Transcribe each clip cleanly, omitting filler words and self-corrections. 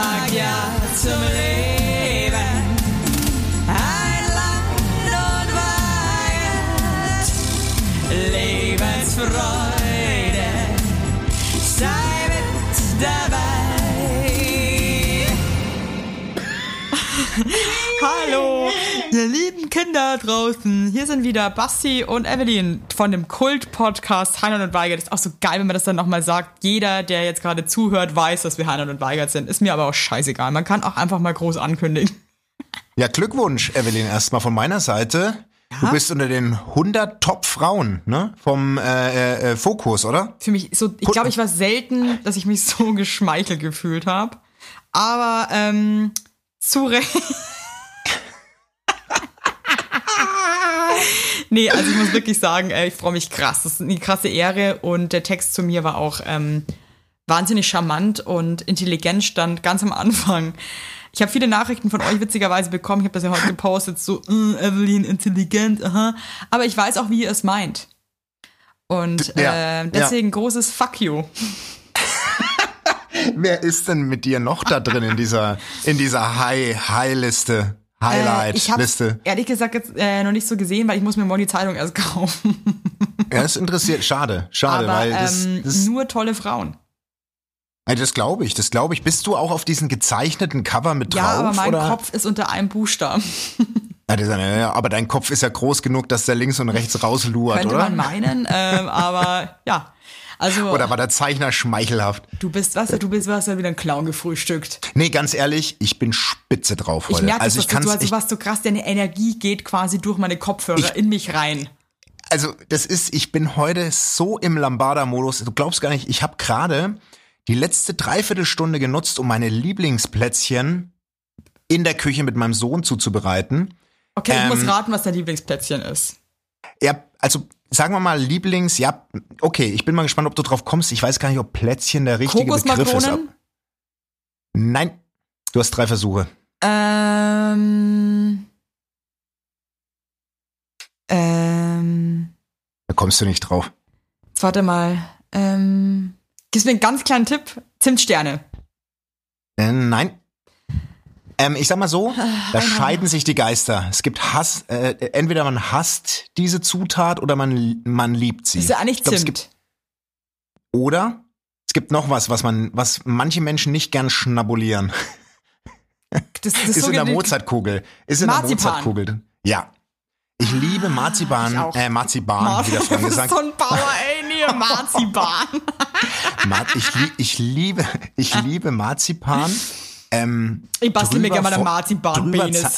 sag ja zum Leben. Ein Land und Weihend, Lebensfreude, sei mit dabei. Hallo, ihr lieben Kinder draußen. Hier sind wieder Basti und Evelyn von dem Kult-Podcast Heinrich und Weigert. Ist auch so geil, wenn man das dann nochmal sagt. Jeder, der jetzt gerade zuhört, weiß, dass wir Heinrich und Weigert sind. Ist mir aber auch scheißegal. Man kann auch einfach mal groß ankündigen. Ja, Glückwunsch, Evelyn, erstmal von meiner Seite. Ja? Du bist unter den 100 Top-Frauen, ne? Vom Fokus, oder? Für mich so, ich glaube, ich war selten, dass ich mich so geschmeichelt gefühlt habe. Aber, zu Recht. Nee, also ich muss wirklich sagen, ich freue mich krass. Das ist eine krasse Ehre und der Text zu mir war auch wahnsinnig charmant und intelligent, stand ganz am Anfang. Ich habe viele Nachrichten von euch witzigerweise bekommen. Ich habe das ja heute gepostet, so Evelyn, intelligent, aha. Aber ich weiß auch, wie ihr es meint. Und deswegen großes Fuck you. Wer ist denn mit dir noch da drin in dieser High-Liste? Highlight-Liste. Ich habe ehrlich gesagt jetzt noch nicht so gesehen, weil ich muss mir morgen die Zeitung erst kaufen. Ja, das interessiert. Schade, aber, weil das nur tolle Frauen. Das glaube ich. Bist du auch auf diesen gezeichneten Cover mit drauf? Ja, aber mein oder? Kopf ist unter einem Buchstaben. Ja, aber dein Kopf ist ja groß genug, dass der links und rechts rausluert, könnte oder? Man meinen, aber ja. Also, oder war der Zeichner schmeichelhaft? Du bist ja wieder ein Clown gefrühstückt. Nee, ganz ehrlich, ich bin spitze drauf heute. Ich merke, also du warst so krass, deine Energie geht quasi durch meine Kopfhörer in mich rein. Also ich bin heute so im Lambada-Modus, du glaubst gar nicht, ich habe gerade die letzte Dreiviertelstunde genutzt, um meine Lieblingsplätzchen in der Küche mit meinem Sohn zuzubereiten. Okay, ich muss raten, was dein Lieblingsplätzchen ist. Ja, also sagen wir mal ja, okay, ich bin mal gespannt, ob du drauf kommst. Ich weiß gar nicht, ob Plätzchen der richtige Begriff ist. Nein, du hast 3 Versuche. Da kommst du nicht drauf. Jetzt warte mal. Gibst mir einen ganz kleinen Tipp? Zimtsterne. Nein. Ich sag mal so, da scheiden sich die Geister. Es gibt Hass, entweder man hasst diese Zutat oder man liebt sie. Das ist ja eigentlich Zimt. Oder es gibt noch was manche Menschen nicht gern schnabulieren. Das ist in der Mozartkugel. Ist in der Mozartkugel. Ja. Ich liebe Marzipan, Marzipan, wie der Frank gesagt. So ein Bauer, ey, nee, Marzipan. Ich liebe Marzipan. Ich bastel mir gerne mal der Marzipan-Penis.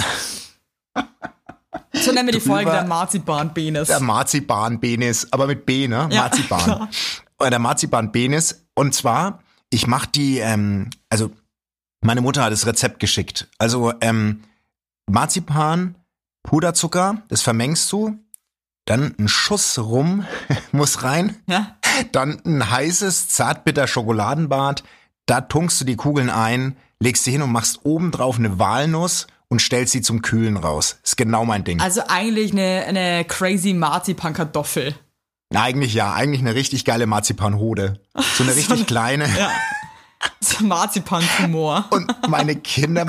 So nennen wir die Folge der Marzipan-Penis. Der Marzipan-Penis, aber mit B, ne? Ja, Marzipan. Klar. Der Marzipan-Penis. Und zwar, ich mache die, also meine Mutter hat das Rezept geschickt. Also Marzipan, Puderzucker, das vermengst du. Dann ein Schuss Rum muss rein. Ja. Dann ein heißes, zartbitter Schokoladenbad. Da tunkst du die Kugeln ein, legst sie hin und machst obendrauf eine Walnuss und stellst sie zum Kühlen raus. Ist genau mein Ding. Also eigentlich eine crazy Marzipan-Kartoffel. Eigentlich eine richtig geile Marzipanhode. So eine richtig kleine. Ja. So ein Marzipan-Tumor. Und meine Kinder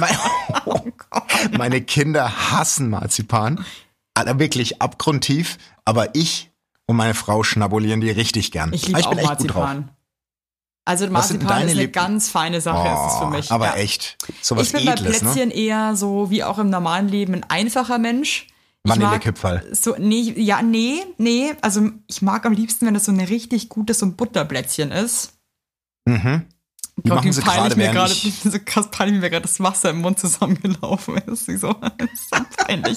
hassen Marzipan. Also wirklich abgrundtief. Aber ich und meine Frau schnabulieren die richtig gern. Ich liebe auch Marzipan. Also Marzipan ist eine ganz feine Sache, ist es für mich. Aber echt, sowas Edles, ich bin bei Plätzchen eher so, wie auch im normalen Leben, ein einfacher Mensch. Vanillekipferl. Nee. Also ich mag am liebsten, wenn das so eine richtig gutes so ein Butterplätzchen ist. Mhm. Wie machen sie gerade, so krass peinlich, mir gerade das Wasser im Mund zusammengelaufen ist. So peinlich.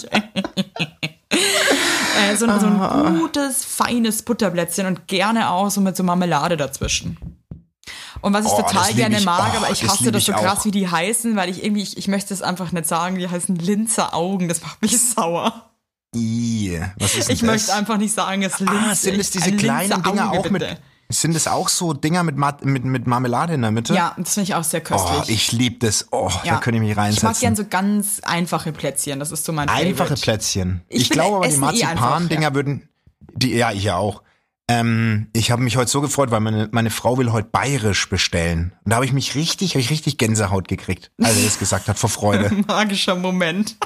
So ein gutes, feines Butterplätzchen und gerne auch so mit so Marmelade dazwischen. Und was ich total gerne mag, aber ich hasse das so krass, wie die heißen, weil ich möchte es einfach nicht sagen, die heißen Linzer Augen, das macht mich sauer. Was ist denn ich möchte einfach nicht sagen, es Linzer. Sind es diese kleinen Dinger auch mit... Sind es auch so Dinger mit Marmelade in der Mitte? Ja, das finde ich auch sehr köstlich. Oh, ich liebe das. Oh, ja. Da könnte ich mich reinsetzen. Ich mag gern so ganz einfache Plätzchen, das ist so mein Favorite. Einfache Plätzchen. Ich glaube aber, die Marzipan-Dinger würden... ich ja auch. Ich habe mich heute so gefreut, weil meine Frau will heute bayerisch bestellen. Und da habe ich richtig Gänsehaut gekriegt, als er das gesagt hat, vor Freude. Magischer Moment.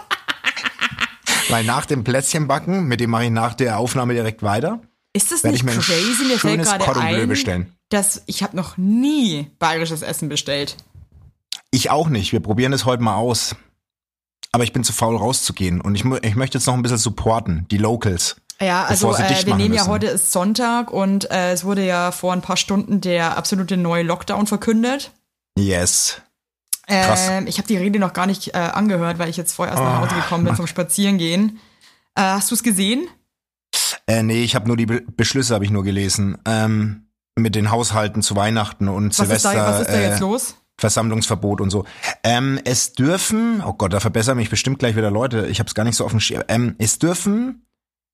Weil nach dem Plätzchenbacken, mit dem mache ich nach der Aufnahme direkt weiter. Ist das werde nicht ich mir ein crazy? Mir fällt schönes gerade Cordon Bleu ein, bestellen. dass ich habe noch nie bayerisches Essen bestellt. Ich auch nicht. Wir probieren es heute mal aus. Aber ich bin zu faul rauszugehen. Und ich möchte jetzt noch ein bisschen supporten, die Locals. Ja, also bevor sie dicht wir machen nehmen ja müssen. heute ist Sonntag und es wurde ja vor ein paar Stunden der absolute neue Lockdown verkündet. Yes. Krass. Ich habe die Rede noch gar nicht angehört, weil ich jetzt vorher erst nach Hause gekommen bin zum Spazierengehen. Hast du es gesehen? Nee, ich habe nur die Beschlüsse habe ich nur gelesen. Mit den Haushalten zu Weihnachten und Silvester. Was ist da jetzt los? Versammlungsverbot und so. Es dürfen, oh Gott, da verbessern mich bestimmt gleich wieder Leute, ich habe es gar nicht so auf dem Schirm. Es dürfen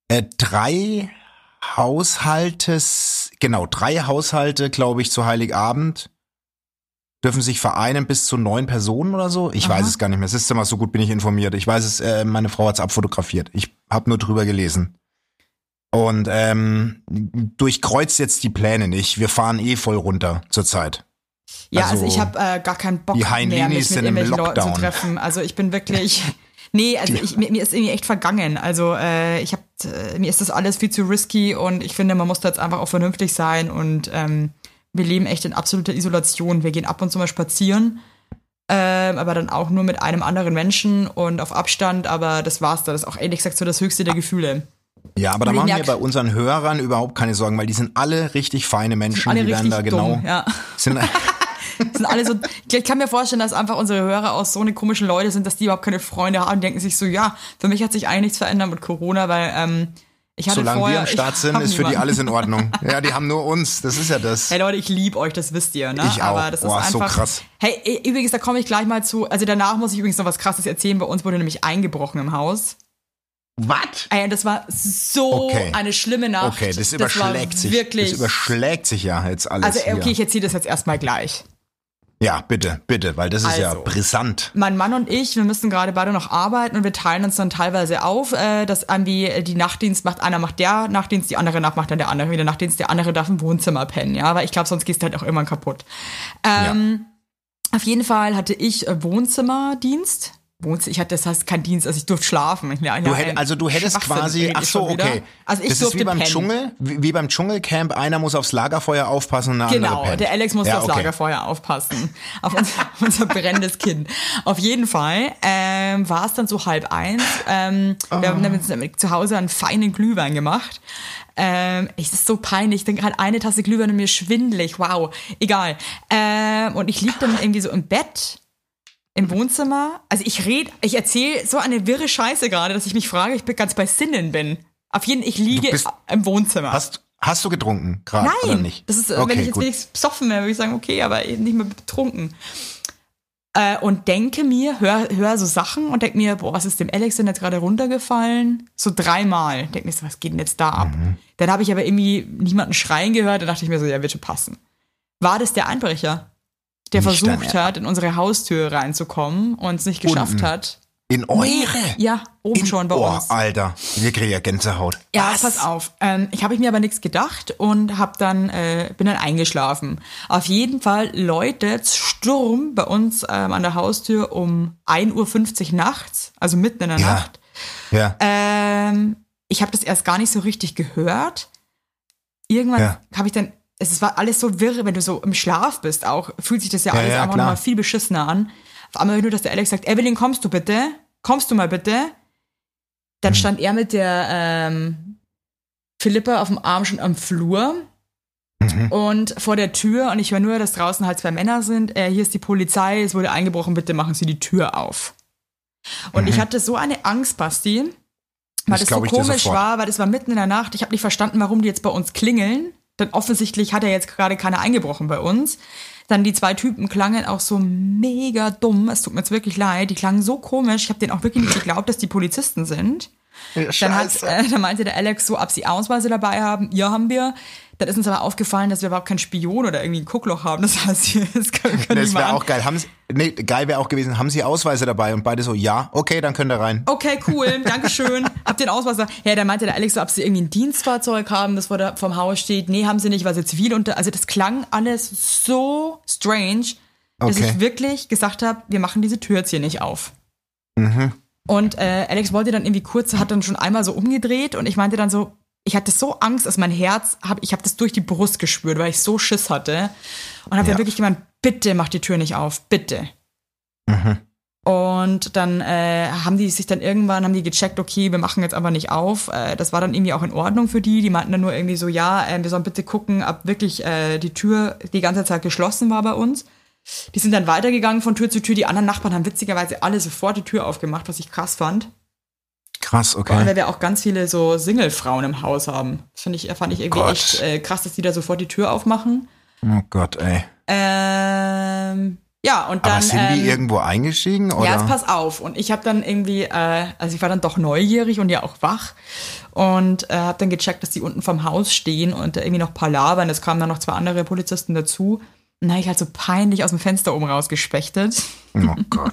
3 Haushalte, glaube ich, zu Heiligabend dürfen sich vereinen bis zu 9 Personen oder so. Ich weiß es gar nicht mehr. Es ist immer so gut bin ich informiert. Ich weiß es, meine Frau hat es abfotografiert. Ich habe nur drüber gelesen. Und durchkreuzt jetzt die Pläne nicht. Wir fahren voll runter zurzeit. Ja, also ich habe gar keinen Bock mehr, mich mit irgendwelchen Leuten zu treffen. Also ich bin wirklich... Nee, also mir ist irgendwie echt vergangen. Also mir ist das alles viel zu risky und ich finde, man muss da jetzt einfach auch vernünftig sein und wir leben echt in absoluter Isolation. Wir gehen ab und zu mal spazieren, aber dann auch nur mit einem anderen Menschen und auf Abstand, aber das war's da. Das ist auch ehrlich gesagt so das höchste der Gefühle. Ja, aber da machen wir bei unseren Hörern überhaupt keine Sorgen, weil die sind alle richtig feine Menschen, die werden da genau... Dumm, ja. Sind alle so, ich kann mir vorstellen, dass einfach unsere Hörer aus so eine komischen Leute sind, dass die überhaupt keine Freunde haben und denken sich so, ja, für mich hat sich eigentlich nichts verändert mit Corona, weil ich hatte solange vorher... wir am Start sind, ist für die alles in Ordnung. Ja, die haben nur uns, das ist ja das. Hey Leute, ich liebe euch, das wisst ihr, ne? Ich auch. Aber das ist einfach, so krass. Hey, übrigens, da komme ich gleich mal zu, also danach muss ich übrigens noch was Krasses erzählen, bei uns wurde nämlich eingebrochen im Haus. Was? Ey, das war so eine schlimme Nacht. Okay, das überschlägt sich. Wirklich, das überschlägt sich ja jetzt alles. Also, okay, hier. ich erzähle das jetzt erstmal gleich. Ja, bitte, weil das ist ja brisant. Mein Mann und ich, wir müssen gerade beide noch arbeiten und wir teilen uns dann teilweise auf, dass irgendwie die Nachtdienst macht, einer macht der Nachtdienst, die andere Nacht macht dann der andere wieder Nachtdienst, der andere darf im Wohnzimmer pennen, ja, weil ich glaube, sonst gehst du halt auch irgendwann kaputt. Auf jeden Fall hatte ich Wohnzimmerdienst. Das heißt kein Dienst, also ich durfte schlafen. Du hättest quasi, ach so, okay. Also ich das durfte ist wie beim pennen. Dschungel, wie beim Dschungelcamp, einer muss aufs Lagerfeuer aufpassen und der andere pennt. Der Alex musste aufs Lagerfeuer aufpassen. Auf unser brennendes Kind. Auf jeden Fall war es dann so 12:30. Wir haben dann zu Hause einen feinen Glühwein gemacht. Es ist so peinlich, dann gerade eine Tasse Glühwein und mir schwindelig, wow, egal. Und ich lieg dann irgendwie so im Bett, im Wohnzimmer. Also ich erzähle so eine wirre Scheiße gerade, dass ich mich frage, ich bin ganz bei Sinnen bin. Auf jeden Fall, ich liege im Wohnzimmer. Hast du getrunken gerade oder nicht? Das ist, okay, wenn ich jetzt wenigstens besoffen wäre, würde ich sagen, okay, aber eben nicht mehr betrunken. Und denke mir, hör so Sachen und denke mir, boah, was ist dem Alex denn jetzt gerade runtergefallen? So 3-mal. Denke mir so, was geht denn jetzt da ab? Dann habe ich aber irgendwie niemanden schreien gehört, da dachte ich mir so, ja, wird schon passen. War das der Einbrecher, der versucht hat, in unsere Haustür reinzukommen und es nicht geschafft hat? In eure? Ja, oben schon bei uns. Alter, wir kriegen ja Gänsehaut. Ja, pass auf. Ich habe mir aber nichts gedacht und bin dann eingeschlafen. Auf jeden Fall läutet Sturm bei uns an der Haustür um 1:50 Uhr nachts, also mitten in der Nacht. Ja. Ich habe das erst gar nicht so richtig gehört. Irgendwann habe ich dann, es war alles so wirr, wenn du so im Schlaf bist auch, fühlt sich das ja alles einfach nochmal viel beschissener an. Auf einmal nur, dass der Alex sagt, Evelyn, kommst du mal bitte? Dann stand er mit der Philippa auf dem Arm schon am Flur und vor der Tür und ich höre nur, dass draußen halt 2 Männer sind. Hier ist die Polizei, es wurde eingebrochen, bitte machen Sie die Tür auf. Und ich hatte so eine Angst, Basti, weil das so komisch war, weil das war mitten in der Nacht. Ich habe nicht verstanden, warum die jetzt bei uns klingeln. Denn offensichtlich hat ja jetzt gerade keiner eingebrochen bei uns. Dann die 2 Typen klangen auch so mega dumm. Es tut mir jetzt wirklich leid. Die klangen so komisch. Ich habe denen auch wirklich nicht geglaubt, dass die Polizisten sind. Dann meinte der Alex so, ob sie Ausweise dabei haben. Ja, haben wir. Dann ist uns aber aufgefallen, dass wir überhaupt keinen Spion oder irgendwie ein Guckloch haben. Das heißt, das können das wäre auch geil. Geil wäre auch gewesen, haben Sie Ausweise dabei? Und beide so, ja, okay, dann könnt ihr rein. Okay, cool, dankeschön. Habt ihr einen Ausweis da? Ja, dann meinte der Alex so, ob sie irgendwie ein Dienstfahrzeug haben, das vom Haus steht. Nee, haben sie nicht, weil sie zivil also das klang alles so strange, dass ich wirklich gesagt habe, wir machen diese Tür jetzt hier nicht auf. Mhm. Und Alex wollte dann irgendwie hat dann schon einmal so umgedreht und ich meinte dann so, ich hatte so Angst, dass mein Herz, ich habe das durch die Brust gespürt, weil ich so Schiss hatte. Und habe dann wirklich gemeint, bitte mach die Tür nicht auf, bitte. Mhm. Und dann haben die gecheckt, okay, wir machen jetzt aber nicht auf. Das war dann irgendwie auch in Ordnung für die. Die meinten dann nur irgendwie so, ja, wir sollen bitte gucken, ob wirklich die Tür die ganze Zeit geschlossen war bei uns. Die sind dann weitergegangen von Tür zu Tür. Die anderen Nachbarn haben witzigerweise alle sofort die Tür aufgemacht, was ich krass fand. Krass, okay. Weil wir auch ganz viele so Single-Frauen im Haus haben. Das fand ich irgendwie echt krass, dass die da sofort die Tür aufmachen. Oh Gott, ey. Ja, und dann. Aber sind die irgendwo eingestiegen, oder? Ja, jetzt pass auf. Und ich habe dann irgendwie, also ich war dann doch neugierig und ja auch wach und habe dann gecheckt, dass die unten vom Haus stehen und irgendwie noch palavern. Es kamen dann noch 2 andere Polizisten dazu. Und dann habe ich halt so peinlich aus dem Fenster oben rausgespechtet. Oh Gott.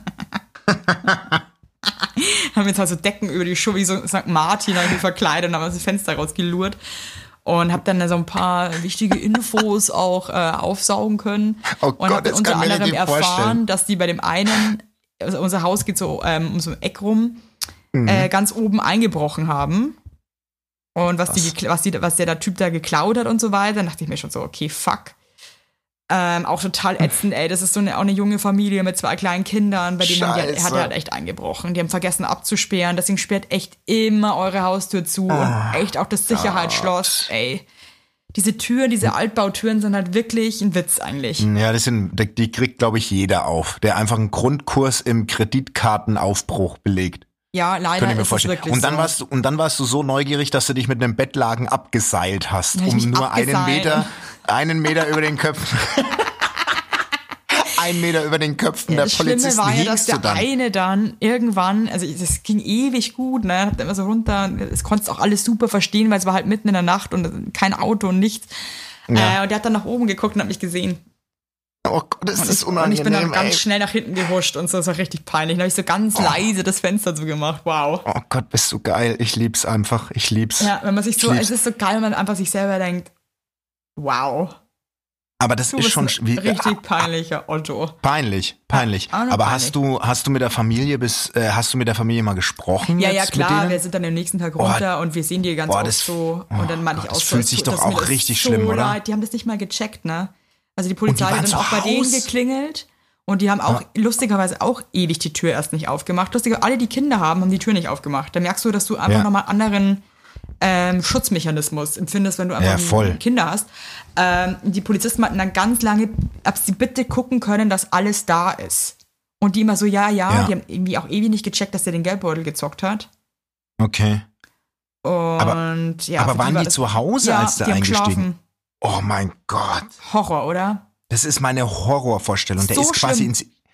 Haben jetzt halt so Decken über die Schuhe, wie so St. Martin irgendwie verkleidet und haben aus dem Fenster rausgelurrt. Und habe dann so ein paar wichtige Infos auch aufsaugen können. Oh und habe dann unter anderem erfahren, dass die bei dem einen, also unser Haus geht so um so ein Eck rum, ganz oben eingebrochen haben. Und was der Typ da geklaut hat und so weiter, dann dachte ich mir schon so, okay, fuck. Auch total ätzend, ey. Das ist auch eine junge Familie mit 2 kleinen Kindern, bei denen hat er halt echt eingebrochen. Die haben vergessen abzusperren, deswegen sperrt echt immer eure Haustür zu und echt auch das Sicherheitsschloss, ey. Diese Türen, diese Altbautüren sind halt wirklich ein Witz eigentlich. Ja, die kriegt, glaube ich, jeder auf, der einfach einen Grundkurs im Kreditkartenaufbruch belegt. Ja, leider ist es wirklich und dann so. Dann warst du so neugierig, dass du dich mit einem Bettlaken abgeseilt hast, um nur einen Meter über den Köpfen. 1 Meter über den Köpfen der Polizisten. Das Schlimme war ja, dass der eine dann irgendwann, also das ging ewig gut, ne, hat immer so runter, es konntest auch alles super verstehen, weil es war halt mitten in der Nacht und kein Auto und nichts. Ja. Und der hat dann nach oben geguckt und hat mich gesehen. Oh Gott, das ist unangenehm. Und ich bin dann ganz schnell nach hinten gehuscht und so, das war richtig peinlich. Dann habe ich so ganz leise das Fenster so gemacht, wow. Oh Gott, bist du geil. Ich lieb's einfach, ich lieb's. Ja, wenn man sich so, es ist so geil, wenn man einfach sich selber denkt, wow. Aber das ist schon richtig peinlicher Otto. Peinlich. Aber hast du mit der Familie mal gesprochen? Ja, klar, wir sind dann am nächsten Tag runter und wir sehen die ganz oft so. Und dann meinte ich auch so. Das fühlt sich doch auch richtig schlimm, oder? Leid. Die haben das nicht mal gecheckt, ne? Also die Polizei hat dann auch bei denen geklingelt und die haben auch lustigerweise auch ewig die Tür erst nicht aufgemacht. Alle, die Kinder haben die Tür nicht aufgemacht. Da merkst du, dass du einfach nochmal anderen Schutzmechanismus empfindest, wenn du einfach Kinder hast. Die Polizisten meinten dann ganz lange, ob sie bitte gucken können, dass alles da ist. Und die immer so, ja. Die haben irgendwie auch ewig nicht gecheckt, dass der den Geldbeutel gezockt hat. Okay. Und aber waren die zu Hause, als der eingestiegen? Oh mein Gott. Horror, oder? Das ist meine Horrorvorstellung. Der ist quasi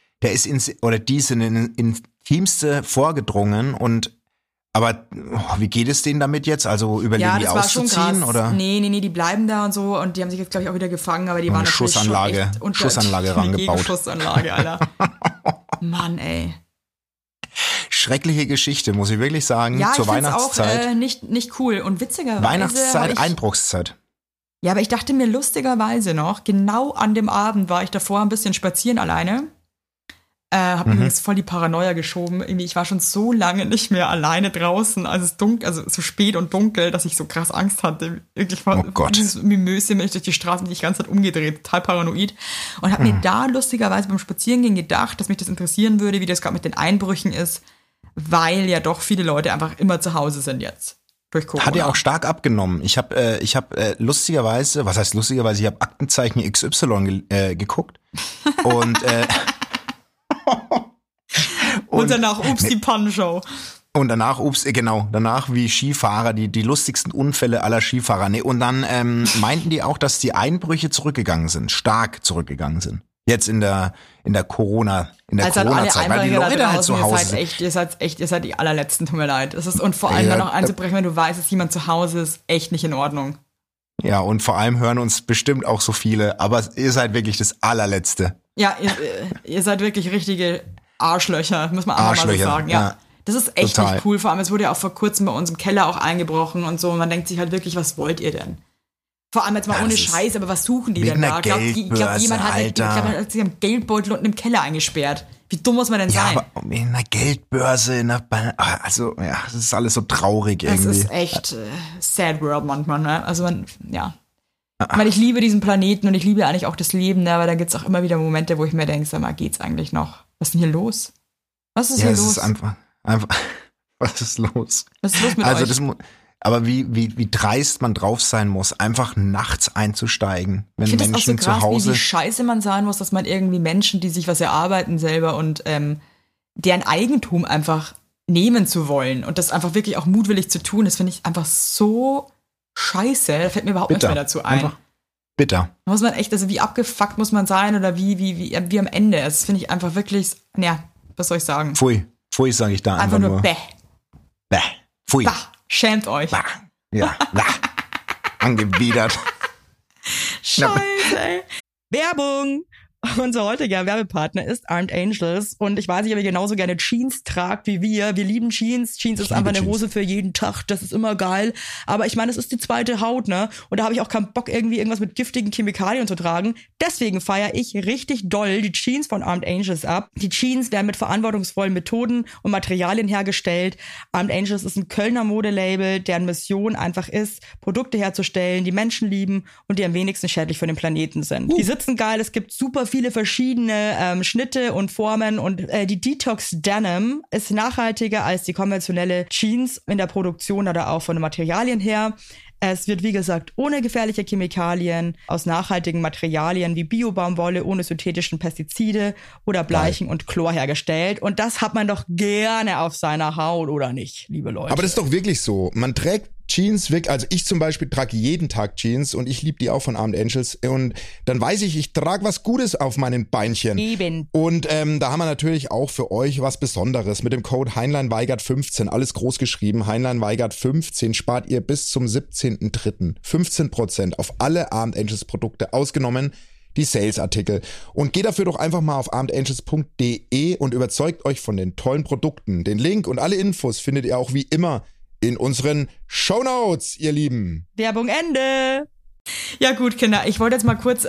die ist in Intimste vorgedrungen aber wie geht es denen damit jetzt? Also überlegen die auszuziehen? Oder? Nee, die bleiben da und so und die haben sich jetzt, glaube ich, auch wieder gefangen, aber die waren natürlich Schussanlage rangebaut. Schussanlage, Alter. Mann, ey. Schreckliche Geschichte, muss ich wirklich sagen, zur Weihnachtszeit. Auch nicht cool und witzigerweise Weihnachtszeit, Einbruchszeit. Ja, aber ich dachte mir lustigerweise noch, genau an dem Abend war ich davor ein bisschen spazieren alleine. Hab mir jetzt voll die Paranoia geschoben. Irgendwie, ich war schon so lange nicht mehr alleine draußen, als es dunkel, also so spät und dunkel, dass ich so krass Angst hatte. Wirklich war dieses Mimöschen, bin ich durch die Straßen die ganze Zeit umgedreht, total paranoid. Und hab mir da lustigerweise beim Spazierengehen gedacht, dass mich das interessieren würde, wie das gerade mit den Einbrüchen ist, weil ja doch viele Leute einfach immer zu Hause sind jetzt. Durch Corona. Hat ja auch stark abgenommen. Ich hab lustigerweise, was heißt lustigerweise, ich habe Aktenzeichen XY geguckt und und danach die Pannenshow. Und danach wie Skifahrer, die lustigsten Unfälle aller Skifahrer. Nee, und dann meinten die auch, dass die Einbrüche zurückgegangen sind, stark zurückgegangen sind. Jetzt in der Corona-Zeit, weil die Leute halt zu Hause sind. Ihr seid die allerletzten, tut mir leid. Und vor allem dann noch einzubrechen, wenn du weißt, dass jemand zu Hause ist, echt nicht in Ordnung. Ja, und vor allem hören uns bestimmt auch so viele, aber ihr seid wirklich das allerletzte. Ja, ihr seid wirklich richtige Arschlöcher, muss man einfach mal so sagen. Ja. Das ist echt total nicht cool, vor allem es wurde ja auch vor kurzem bei uns im Keller auch eingebrochen und so und man denkt sich halt wirklich, was wollt ihr denn? Vor allem jetzt mal ohne Scheiß, aber was suchen die denn da? Ich glaube, jemand hat sich am Geldbeutel unten im Keller eingesperrt. Wie dumm muss man denn sein? Ja, aber in einer Geldbörse, also ja, das ist alles so traurig irgendwie. Das ist echt sad world manchmal, ne? Also ich meine, ich liebe diesen Planeten und ich liebe eigentlich auch das Leben, ne? Aber da gibt's auch immer wieder Momente, wo ich mir denke, sag mal, geht's eigentlich noch? Was ist denn hier los? Was ist hier los? Ist einfach, was ist los? Was ist los mit euch? Aber wie dreist man drauf sein muss, einfach nachts einzusteigen, wenn ich Menschen das auch so krass, zu Hause. Wie scheiße man sein muss, dass man irgendwie Menschen, die sich was erarbeiten selber und deren Eigentum einfach nehmen zu wollen und das einfach wirklich auch mutwillig zu tun, das finde ich einfach so scheiße. Da fällt mir überhaupt nichts mehr dazu ein. Einfach bitter. Da muss man echt, also wie abgefuckt muss man sein oder wie am Ende. Das finde ich einfach wirklich, ja, was soll ich sagen? Pfui sage ich da einfach nur. Bäh. Bäh. Pfui. Bah. Schämt euch. Bah. Ja, bah. Angewidert. Scheiße, ey. Werbung! Unser heutiger Werbepartner ist Armed Angels und ich weiß nicht, ob ihr genauso gerne Jeans tragt wie wir. Wir lieben Jeans. Jeans ist einfach eine Hose für jeden Tag. Das ist immer geil. Aber ich meine, es ist die zweite Haut, ne? Und da habe ich auch keinen Bock, irgendwie irgendwas mit giftigen Chemikalien zu tragen. Deswegen feiere ich richtig doll die Jeans von Armed Angels ab. Die Jeans werden mit verantwortungsvollen Methoden und Materialien hergestellt. Armed Angels ist ein Kölner Modelabel, deren Mission einfach ist, Produkte herzustellen, die Menschen lieben und die am wenigsten schädlich für den Planeten sind. Die sitzen geil, es gibt super viele verschiedene Schnitte und Formen und die Detox Denim ist nachhaltiger als die konventionelle Jeans in der Produktion oder auch von den Materialien her. Es wird, wie gesagt, ohne gefährliche Chemikalien, aus nachhaltigen Materialien wie Bio-Baumwolle, ohne synthetischen Pestizide oder Bleichen und Chlor hergestellt. Und das hat man doch gerne auf seiner Haut, oder nicht, liebe Leute? Aber das ist doch wirklich so. Man trägt Jeans weg, also ich zum Beispiel trage jeden Tag Jeans und ich liebe die auch von Armed Angels und dann weiß ich trage was Gutes auf meinen Beinchen. Eben. Und da haben wir natürlich auch für euch was Besonderes. Mit dem Code HeinleinWeigert15, alles groß geschrieben, HeinleinWeigert15 spart ihr bis zum 17.03. 15% auf alle Armed Angels Produkte, ausgenommen die Sales-Artikel. Und geht dafür doch einfach mal auf armedangels.de und überzeugt euch von den tollen Produkten. Den Link und alle Infos findet ihr auch wie immer in unseren Shownotes, ihr Lieben. Werbung Ende. Ja gut, Kinder, ich wollte jetzt mal kurz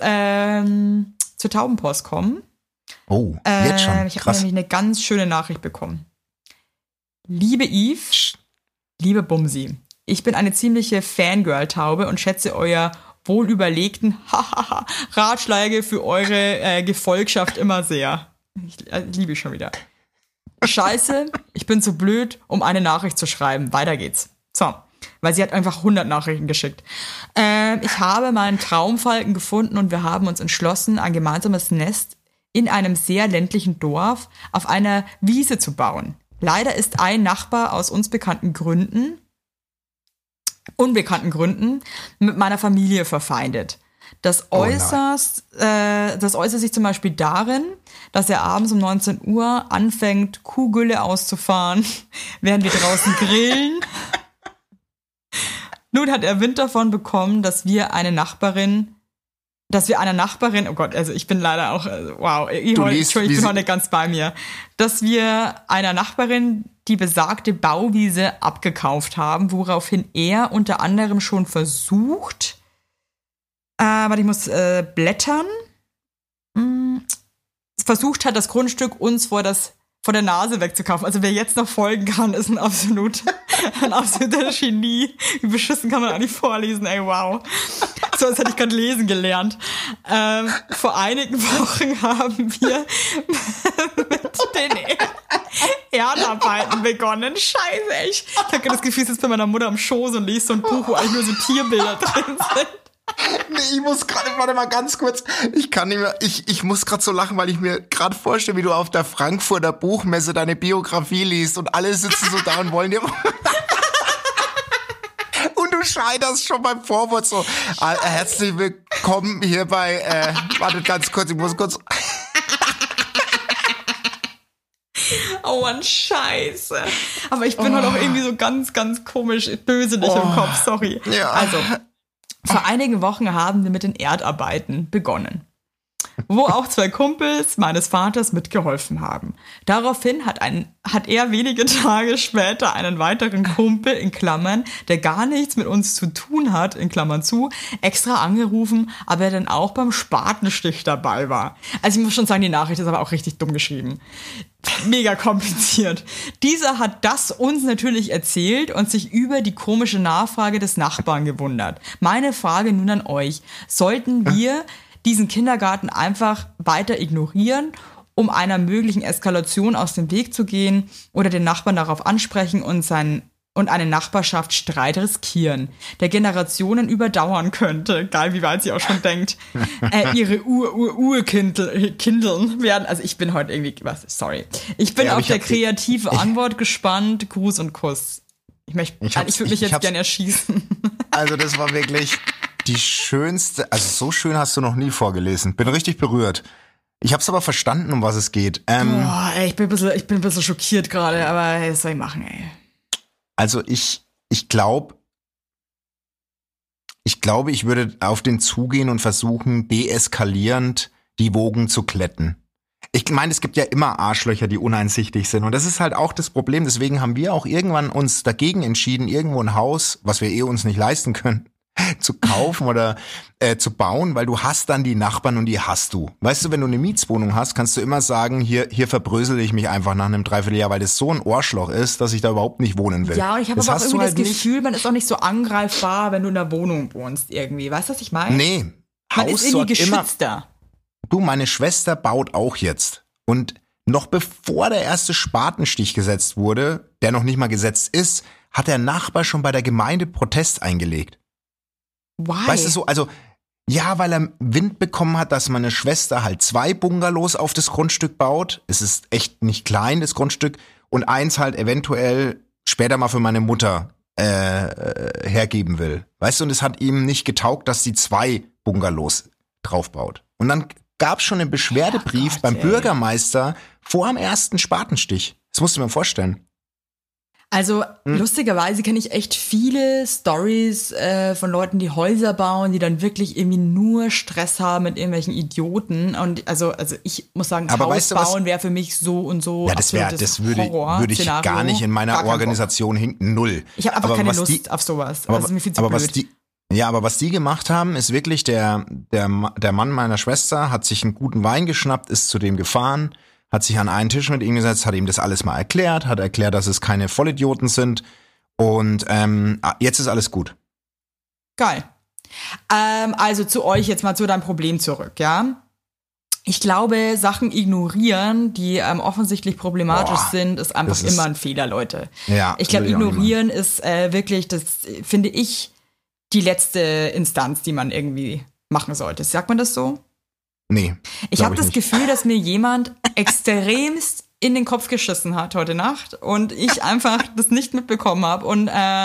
zur Taubenpost kommen. Oh, jetzt schon. Ich habe nämlich eine ganz schöne Nachricht bekommen. Liebe Yves, liebe Bumsi, ich bin eine ziemliche Fangirl-Taube und schätze euer wohlüberlegten Ratschläge für eure Gefolgschaft immer sehr. Ich liebe ich schon wieder. Scheiße, ich bin zu blöd, um eine Nachricht zu schreiben. Weiter geht's. So, weil sie hat einfach 100 Nachrichten geschickt. Ich habe meinen Traumfalken gefunden und wir haben uns entschlossen, ein gemeinsames Nest in einem sehr ländlichen Dorf auf einer Wiese zu bauen. Leider ist ein Nachbar aus unbekannten Gründen mit meiner Familie verfeindet. Das äußert sich zum Beispiel darin, dass er abends um 19 Uhr anfängt, Kuhgülle auszufahren, während wir draußen grillen. Nun hat er Wind davon bekommen, dass wir einer Nachbarin, oh Gott, also ich bin leider auch, wow, ich bin heute ganz bei mir, dass wir einer Nachbarin die besagte Bauwiese abgekauft haben, woraufhin er unter anderem schon versucht, ich muss blättern. Versucht hat, das Grundstück uns vor der Nase wegzukaufen. Also wer jetzt noch folgen kann, ist ein absoluter Genie. Wie beschissen kann man eigentlich vorlesen, ey, wow. So, als hätte ich gerade lesen gelernt. Vor einigen Wochen haben wir mit den Erdarbeiten begonnen. Scheiße, echt. Ich habe das Gefühl, ich sitze bei meiner Mutter am Schoß und lese so ein Buch, wo eigentlich nur so Tierbilder drin sind. Nee, ich muss gerade, warte mal ganz kurz. Ich kann nicht mehr, ich muss gerade so lachen, weil ich mir gerade vorstelle, wie du auf der Frankfurter Buchmesse deine Biografie liest und alle sitzen so da und wollen dir... Und du scheiterst schon beim Vorwort so. Herzlich willkommen hier bei, wartet ganz kurz, ich muss kurz... Oh Mann, scheiße. Aber ich bin halt auch irgendwie so ganz, ganz komisch böselig im Kopf, sorry. Ja. Also, vor einigen Wochen haben wir mit den Erdarbeiten begonnen, wo auch 2 Kumpels meines Vaters mitgeholfen haben. Daraufhin hat er wenige Tage später einen weiteren Kumpel, in Klammern, der gar nichts mit uns zu tun hat, in Klammern zu, extra angerufen, aber er dann auch beim Spatenstich dabei war. Also ich muss schon sagen, die Nachricht ist aber auch richtig dumm geschrieben. Mega kompliziert. Dieser hat das uns natürlich erzählt und sich über die komische Nachfrage des Nachbarn gewundert. Meine Frage nun an euch. Sollten wir diesen Kindergarten einfach weiter ignorieren, um einer möglichen Eskalation aus dem Weg zu gehen oder den Nachbarn darauf ansprechen und eine Nachbarschaftsstreit riskieren, der Generationen überdauern könnte, geil, wie weit sie auch schon denkt, ihre Kindeln werden. Also ich bin heute irgendwie, ich bin auf der kreative Antwort gespannt. Gruß und Kuss. Ich würde mich jetzt gerne erschießen. Also das war wirklich die schönste, also so schön hast du noch nie vorgelesen. Bin richtig berührt. Ich hab's aber verstanden, um was es geht. Ich bin ein bisschen schockiert gerade, aber was soll ich machen, ey? Also ich glaube, ich würde auf den zugehen und versuchen, deeskalierend die Wogen zu glätten. Ich meine, es gibt ja immer Arschlöcher, die uneinsichtig sind. Und das ist halt auch das Problem. Deswegen haben wir auch irgendwann uns dagegen entschieden, irgendwo ein Haus, was wir uns nicht leisten können, zu kaufen oder zu bauen, weil du hast dann die Nachbarn und die hast du. Weißt du, wenn du eine Mietswohnung hast, kannst du immer sagen, hier verbrösel ich mich einfach nach einem Dreivierteljahr, weil das so ein Ohrschloch ist, dass ich da überhaupt nicht wohnen will. Ja, und ich habe aber auch irgendwie das Gefühl, man ist auch nicht so angreifbar, wenn du in der Wohnung wohnst irgendwie. Weißt du, was ich meine? Nee. Man ist irgendwie geschützter. Du, meine Schwester baut auch jetzt. Und noch bevor der erste Spatenstich gesetzt wurde, der noch nicht mal gesetzt ist, hat der Nachbar schon bei der Gemeinde Protest eingelegt. Why? Weißt du so, also, ja, weil er Wind bekommen hat, dass meine Schwester halt 2 Bungalows auf das Grundstück baut. Es ist echt nicht klein, das Grundstück. Und eins halt eventuell später mal für meine Mutter hergeben will. Weißt du, und es hat ihm nicht getaugt, dass sie 2 Bungalows draufbaut. Und dann gab es schon einen Beschwerdebrief beim Bürgermeister vor dem ersten Spatenstich. Das musst du mir vorstellen. Also lustigerweise kenne ich echt viele Stories von Leuten, die Häuser bauen, die dann wirklich irgendwie nur Stress haben mit irgendwelchen Idioten. Und also ich muss sagen, aber Haus weißt du, bauen wäre für mich so und so. Ja, das würde ich gar nicht in meiner Organisation hinten, null. Ich habe einfach keine Lust auf sowas. Aber, das ist mir viel zu blöd. Aber was die gemacht haben, ist wirklich, der Mann meiner Schwester hat sich einen guten Wein geschnappt, ist zu dem gefahren, hat sich an einen Tisch mit ihm gesetzt, hat ihm das alles mal erklärt, hat erklärt, dass es keine Vollidioten sind und jetzt ist alles gut. Geil. Also zu euch jetzt mal zu deinem Problem zurück, ja? Ich glaube, Sachen ignorieren, die offensichtlich problematisch sind, ist einfach immer ein Fehler, Leute. Ja, ich glaube, ignorieren ist wirklich, das finde ich, die letzte Instanz, die man irgendwie machen sollte. Sagt man das so? Nee. Ich habe das Gefühl, dass mir jemand extremst in den Kopf geschissen hat heute Nacht und ich einfach das nicht mitbekommen habe. Und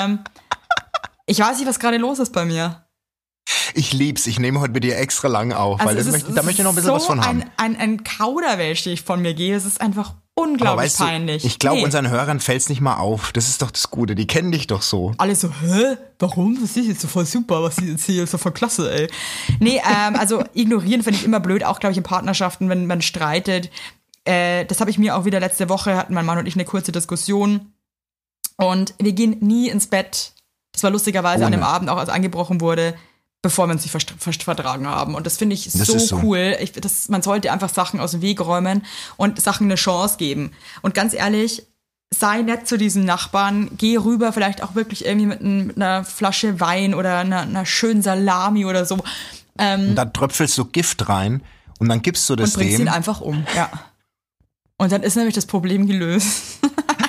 ich weiß nicht, was gerade los ist bei mir. Ich lieb's. Ich nehme heute mit dir extra lang auf, also weil da möchte ich noch ein bisschen was von haben. Ein Kauderwelsch, den ich von mir gehe. Es ist einfach unglaublich peinlich. Ich glaube, unseren Hörern fällt's nicht mal auf. Das ist doch das Gute. Die kennen dich doch so. Alle so, hä? Warum? Das ist jetzt so voll super. Was ist jetzt hier so voll klasse, ey. Nee, also ignorieren finde ich immer blöd. Auch, glaube ich, in Partnerschaften, wenn man streitet. Das habe ich mir auch wieder letzte Woche, hatten mein Mann und ich eine kurze Diskussion. Und wir gehen nie ins Bett. Das war lustigerweise an dem Abend auch, als angebrochen wurde, bevor wir uns nicht vertragen haben. Und das finde ich so cool. Man sollte einfach Sachen aus dem Weg räumen und Sachen eine Chance geben. Und ganz ehrlich, sei nett zu diesen Nachbarn. Geh rüber, vielleicht auch wirklich irgendwie mit einer Flasche Wein oder einer schönen Salami oder so. Und da tröpfelst du Gift rein und dann gibst du das dem. Und bringst ihn einfach um, ja. Und dann ist nämlich das Problem gelöst.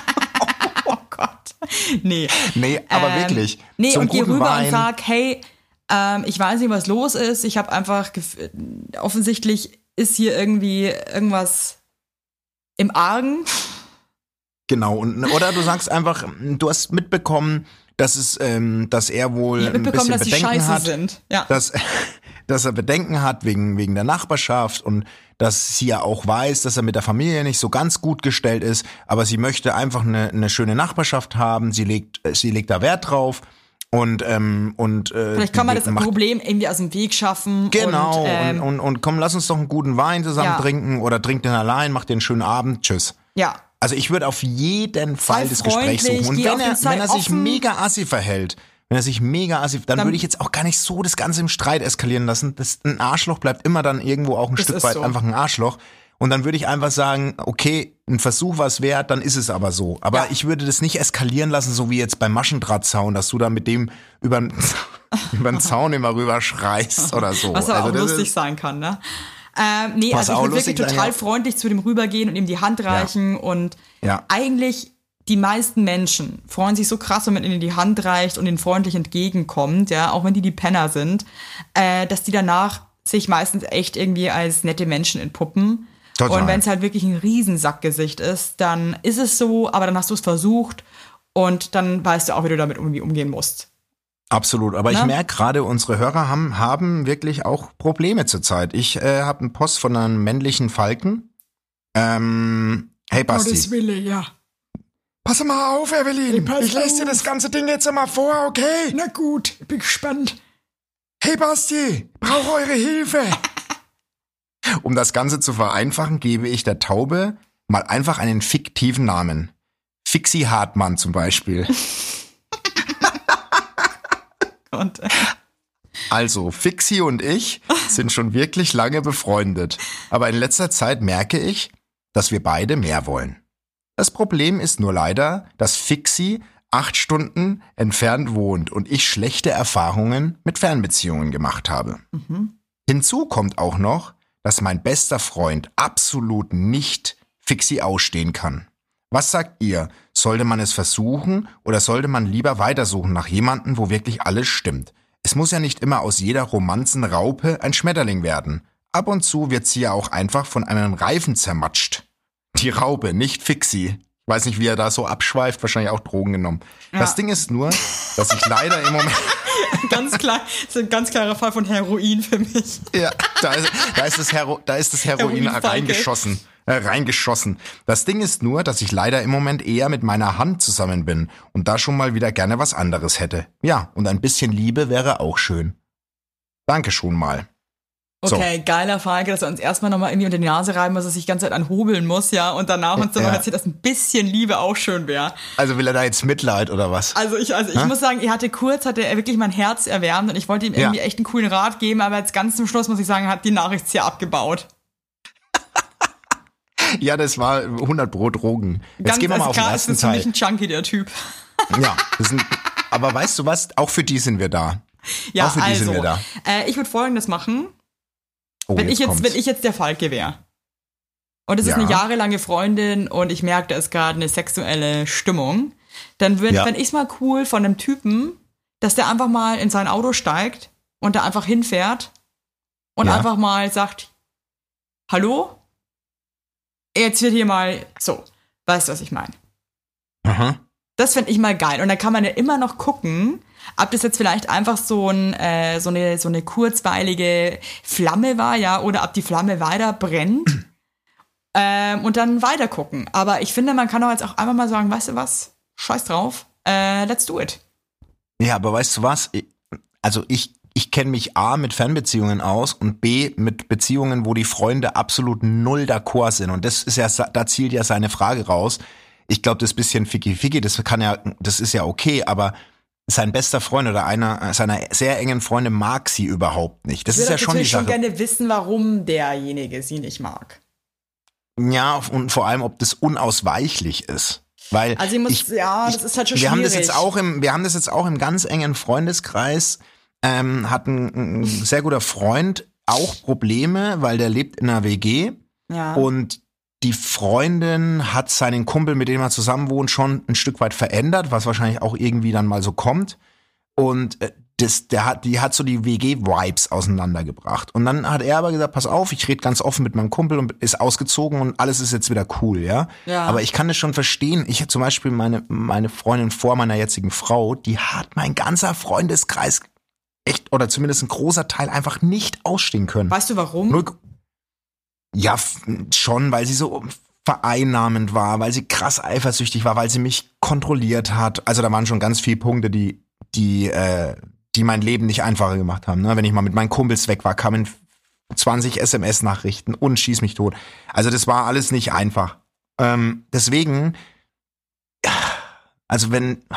Oh Gott. Nee, aber wirklich. Nee, und geh rüber und sag, hey, ich weiß nicht, was los ist. Ich habe einfach, offensichtlich ist hier irgendwie irgendwas im Argen. Genau, oder du sagst einfach, du hast mitbekommen, dass er wohl ein bisschen Bedenken hat, sind. Ja. dass er Bedenken hat wegen der Nachbarschaft und dass sie ja auch weiß, dass er mit der Familie nicht so ganz gut gestellt ist, aber sie möchte einfach eine schöne Nachbarschaft haben, sie legt da Wert drauf. Und vielleicht kann man das Problem irgendwie aus dem Weg schaffen. Genau, und komm, lass uns doch einen guten Wein zusammen trinken oder trink den allein, mach dir einen schönen Abend, tschüss. Ja. Also ich würde auf jeden Fall das Gespräch suchen. Und wenn er sich mega assi verhält, dann würde ich jetzt auch gar nicht so das Ganze im Streit eskalieren lassen. Ein Arschloch bleibt immer dann irgendwo auch ein Stück weit so. Einfach ein Arschloch. Und dann würde ich einfach sagen, okay, ein Versuch war es wert, dann ist es aber so. Aber ich würde das nicht eskalieren lassen, so wie jetzt beim Maschendrahtzaun, dass du da mit dem über den Zaun immer rüber schreist oder so. Was aber auch lustig sein kann, ne? Nee, also ich würde wirklich total freundlich zu dem rübergehen und ihm die Hand reichen und eigentlich die meisten Menschen freuen sich so krass, wenn man ihnen die Hand reicht und ihnen freundlich entgegenkommt, ja, auch wenn die Penner sind, dass die danach sich meistens echt irgendwie als nette Menschen entpuppen. Total. Und wenn es halt wirklich ein Riesensackgesicht ist, dann ist es so, aber dann hast du es versucht und dann weißt du auch, wie du damit irgendwie umgehen musst. Absolut, aber ich merke gerade, unsere Hörer haben wirklich auch Probleme zurzeit. Ich habe einen Post von einem männlichen Falken. Hey Basti. Gottes Wille, ja. Pass mal auf, Evelyn. Ich lese dir das ganze Ding jetzt mal vor, okay? Na gut, bin gespannt. Hey Basti, brauche eure Hilfe. Um das Ganze zu vereinfachen, gebe ich der Taube mal einfach einen fiktiven Namen. Fixi Hartmann zum Beispiel. Und, Also, Fixi und ich sind schon wirklich lange befreundet. Aber in letzter Zeit merke ich, dass wir beide mehr wollen. Das Problem ist nur leider, dass Fixi 8 Stunden entfernt wohnt und ich schlechte Erfahrungen mit Fernbeziehungen gemacht habe. Hinzu kommt auch noch, dass mein bester Freund absolut nicht Fixi ausstehen kann. Was sagt ihr? Sollte man es versuchen oder sollte man lieber weitersuchen nach jemandem, wo wirklich alles stimmt? Es muss ja nicht immer aus jeder Romanzenraupe ein Schmetterling werden. Ab und zu wird sie ja auch einfach von einem Reifen zermatscht. Die Raupe, nicht Fixi. Ich weiß nicht, wie er da so abschweift, wahrscheinlich auch Drogen genommen. Ja. Das Ding ist nur, dass ich leider im Moment... Ganz klar, das ist ein ganz klarer Fall von Heroin für mich. Ja, da ist das Heroin reingeschossen. Das Ding ist nur, dass ich leider im Moment eher mit meiner Hand zusammen bin und da schon mal wieder gerne was anderes hätte. Ja, und ein bisschen Liebe wäre auch schön. Danke schon mal. Okay, geiler Frage, dass er uns erstmal nochmal irgendwie unter die Nase reiben muss, dass er sich die ganze Zeit anhobeln muss, ja, und danach uns dann noch erzählt, dass ein bisschen Liebe auch schön wäre. Also will er da jetzt Mitleid oder was? Also ich muss sagen, hatte er wirklich mein Herz erwärmt und ich wollte ihm irgendwie echt einen coolen Rat geben, aber jetzt ganz zum Schluss, muss ich sagen, hat die Nachricht sehr abgebaut. Ja, das war 100 Pro Drogen. Jetzt gehen wir mal auf den ersten Teil. Das ist für mich ein Junkie, der Typ. Ja, aber weißt du was? Auch für die sind wir da. Ja, auch für die sind wir da. Ich würde Folgendes machen. Oh, wenn ich jetzt der Falke wäre und es ist eine jahrelange Freundin und ich merke, da ist gerade eine sexuelle Stimmung, dann fände ich es mal cool von einem Typen, dass der einfach mal in sein Auto steigt und da einfach hinfährt und einfach mal sagt, hallo, jetzt wird hier mal so, weißt du, was ich meine? Aha. Das fände ich mal geil und dann kann man ja immer noch gucken, ob das jetzt vielleicht einfach so eine kurzweilige Flamme war, ja, oder ob die Flamme weiter brennt und dann weiter gucken. Aber ich finde, man kann auch jetzt auch einfach mal sagen, weißt du was, scheiß drauf, let's do it. Ja, aber weißt du was, ich kenne mich A mit Fernbeziehungen aus und B mit Beziehungen, wo die Freunde absolut null d'accord sind und das ist ja, da zielt ja seine Frage raus. Ich glaube, das bisschen Ficky, das ist ja okay, aber sein bester Freund oder einer seiner sehr engen Freunde mag sie überhaupt nicht. Das ist ja schon die Sache. Ich würde gerne wissen, warum derjenige sie nicht mag. Ja, und vor allem, ob das unausweichlich ist. Weil das ist halt schon schwierig. Wir haben das jetzt auch im ganz engen Freundeskreis, hat ein sehr guter Freund auch Probleme, weil der lebt in einer WG und die Freundin hat seinen Kumpel, mit dem er zusammen wohnt, schon ein Stück weit verändert, was wahrscheinlich auch irgendwie dann mal so kommt. Und die hat so die WG-Vibes auseinandergebracht. Und dann hat er aber gesagt, pass auf, ich rede ganz offen mit meinem Kumpel und ist ausgezogen und alles ist jetzt wieder cool, ja. Aber ich kann das schon verstehen. Ich habe zum Beispiel meine Freundin vor meiner jetzigen Frau, die hat mein ganzer Freundeskreis echt, oder zumindest ein großer Teil einfach nicht ausstehen können. Weißt du warum? Ja, schon, weil sie so vereinnahmend war, weil sie krass eifersüchtig war, weil sie mich kontrolliert hat. Also da waren schon ganz viele Punkte, die mein Leben nicht einfacher gemacht haben. Ne? Wenn ich mal mit meinen Kumpels weg war, kamen 20 SMS-Nachrichten und schieß mich tot. Also das war alles nicht einfach. Deswegen, also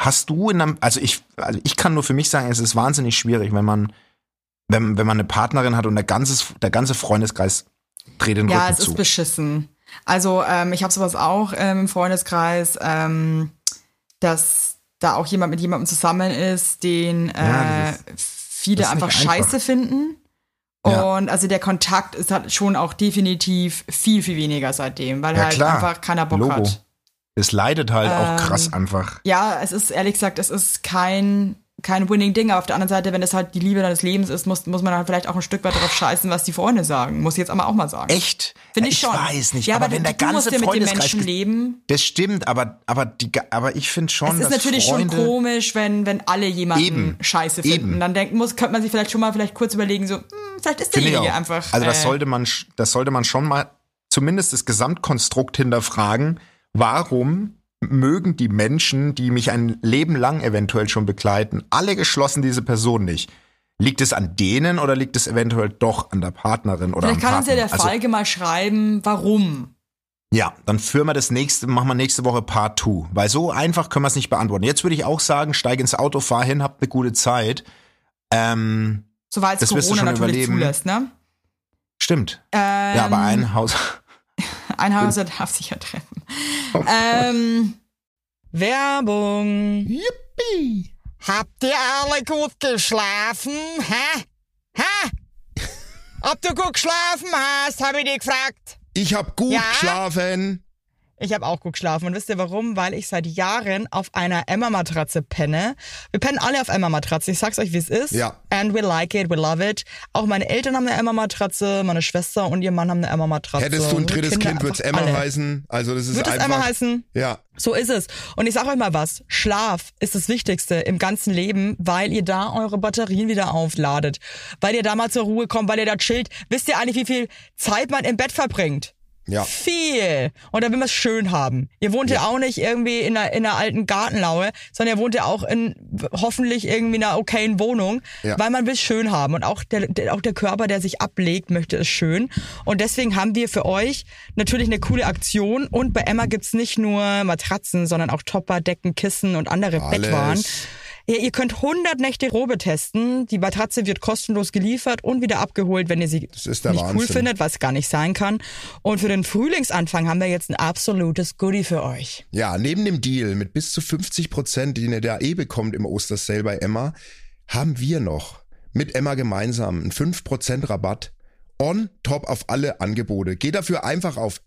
ich kann nur für mich sagen, es ist wahnsinnig schwierig, wenn man eine Partnerin hat und der ganze Freundeskreis dreht den Rücken zu. Ja, es ist beschissen. Also ich habe sowas auch im Freundeskreis, dass da auch jemand mit jemandem zusammen ist, den viele einfach scheiße finden. Ja. Und also der Kontakt ist halt schon auch definitiv viel, viel weniger seitdem, weil halt klar. einfach keiner Bock hat. Es leidet halt auch krass einfach. Ja, es ist, ehrlich gesagt, es ist kein Winning-Ding, aber auf der anderen Seite, wenn es halt die Liebe deines Lebens ist, muss man halt vielleicht auch ein Stück weit darauf scheißen, was die Freunde sagen. Muss ich jetzt aber auch mal sagen. Echt? Finde ich schon. Ich weiß nicht, ja, aber wenn der ganze musst ja mit den Freundeskreis Menschen leben. Das stimmt, aber ich finde schon, Es ist dass natürlich Freunde schon komisch, wenn alle jemanden scheiße finden. Eben. Dann könnte man sich vielleicht kurz überlegen, so, vielleicht ist derjenige einfach. Also das sollte man schon mal zumindest das Gesamtkonstrukt hinterfragen. Warum mögen die Menschen, die mich ein Leben lang eventuell schon begleiten, alle geschlossen diese Person nicht? Liegt es an denen oder liegt es eventuell doch an der Partnerin oder vielleicht am Partner? kann uns ja der Falke mal schreiben, warum. Ja, dann machen wir nächste Woche Part 2, weil so einfach können wir es nicht beantworten. Jetzt würde ich auch sagen, steig ins Auto, fahr hin, habt eine gute Zeit. Soweit es Corona natürlich zulässt, ne? Stimmt. Ja, aber ein Haus... Ein Hauser darf sich ja treffen. Werbung. Yippie! Habt ihr alle gut geschlafen? Hä? Hä? Ob du gut geschlafen hast, habe ich dich gefragt. Ich hab gut geschlafen. Ich habe auch gut geschlafen. Und wisst ihr warum? Weil ich seit Jahren auf einer Emma-Matratze penne. Wir pennen alle auf Emma-Matratzen. Ich sag's euch, wie es ist. Ja. And we like it, we love it. Auch meine Eltern haben eine Emma-Matratze, meine Schwester und ihr Mann haben eine Emma-Matratze. Hättest du ein drittes Kind, wird's Emma heißen. Also das ist Wird einfach... es Emma heißen? Ja. So ist es. Und ich sag euch mal was. Schlaf ist das Wichtigste im ganzen Leben, weil ihr da eure Batterien wieder aufladet. Weil ihr da mal zur Ruhe kommt, weil ihr da chillt. Wisst ihr eigentlich, wie viel Zeit man im Bett verbringt? Ja. Viel. Und da will man es schön haben. Ihr wohnt ja auch nicht irgendwie in einer alten Gartenlaue, sondern ihr wohnt ja auch in hoffentlich irgendwie einer okayen Wohnung, weil man will es schön haben. Und auch der Körper, der sich ablegt, möchte es schön. Und deswegen haben wir für euch natürlich eine coole Aktion. Und bei Emma gibt's nicht nur Matratzen, sondern auch Topper, Decken, Kissen und andere Bettwaren. Ja, ihr könnt 100 Nächte Probe testen. Die Matratze wird kostenlos geliefert und wieder abgeholt, wenn ihr sie nicht cool findet, was gar nicht sein kann. Und für den Frühlingsanfang haben wir jetzt ein absolutes Goodie für euch. Ja, neben dem Deal mit bis zu 50%, den ihr da bekommt im Ostersale bei Emma, haben wir noch mit Emma gemeinsam einen 5% Rabatt on top auf alle Angebote. Geht dafür einfach auf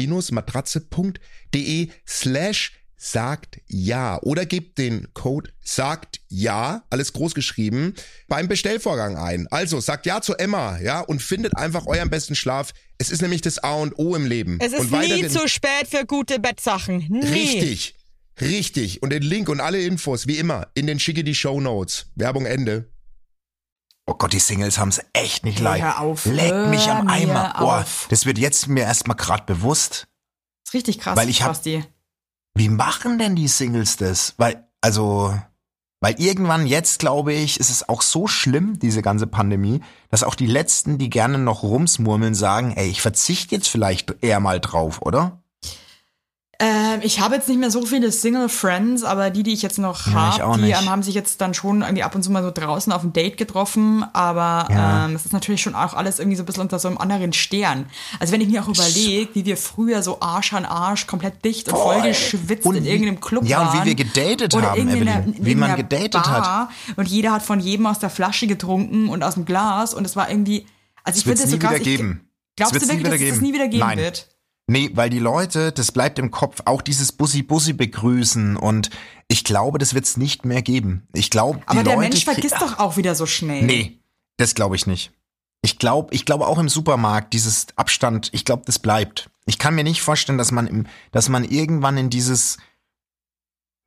emma-matratze.de/sagt ja oder gebt den Code sagt ja, alles groß geschrieben, beim Bestellvorgang ein. Also sagt ja zu Emma, ja, und findet einfach euren besten Schlaf. Es ist nämlich das A und O im Leben. Es ist nie zu spät für gute Bettsachen. Nie. Richtig. Und den Link und alle Infos, wie immer, in den schicke die Shownotes. Werbung Ende. Oh Gott, die Singles haben's echt nicht leicht. Hör auf. Leck mich am Eimer. Boah, das wird jetzt mir erstmal gerade bewusst. Das ist richtig krass, weil wie machen denn die Singles das? Weil irgendwann jetzt, glaube ich, ist es auch so schlimm, diese ganze Pandemie, dass auch die Letzten, die gerne noch rumsmurmeln, sagen, ey, ich verzichte jetzt vielleicht eher mal drauf, oder? Ich habe jetzt nicht mehr so viele Single-Friends, aber die ich jetzt noch habe, die haben sich jetzt dann schon irgendwie ab und zu mal so draußen auf ein Date getroffen, aber es ist natürlich schon auch alles irgendwie so ein bisschen unter so einem anderen Stern. Also wenn ich mir auch überlege, wie wir früher so Arsch an Arsch komplett dicht und voll geschwitzt in irgendeinem Club waren. Ja, und wie wir gedatet haben, Evelyn. Wie man gedatet hat. Und jeder hat von jedem aus der Flasche getrunken und aus dem Glas und es war irgendwie, also ich finde das so krass. Glaubst du wirklich, dass es das nie wieder geben wird? Nee, weil die Leute, das bleibt im Kopf, auch dieses Bussi-Bussi begrüßen und ich glaube, das wird's nicht mehr geben. Ich glaube, aber der Mensch vergisst doch auch wieder so schnell. Nee, das glaube ich nicht. Ich glaube auch im Supermarkt, dieses Abstand, ich glaube, das bleibt. Ich kann mir nicht vorstellen, dass man irgendwann in dieses,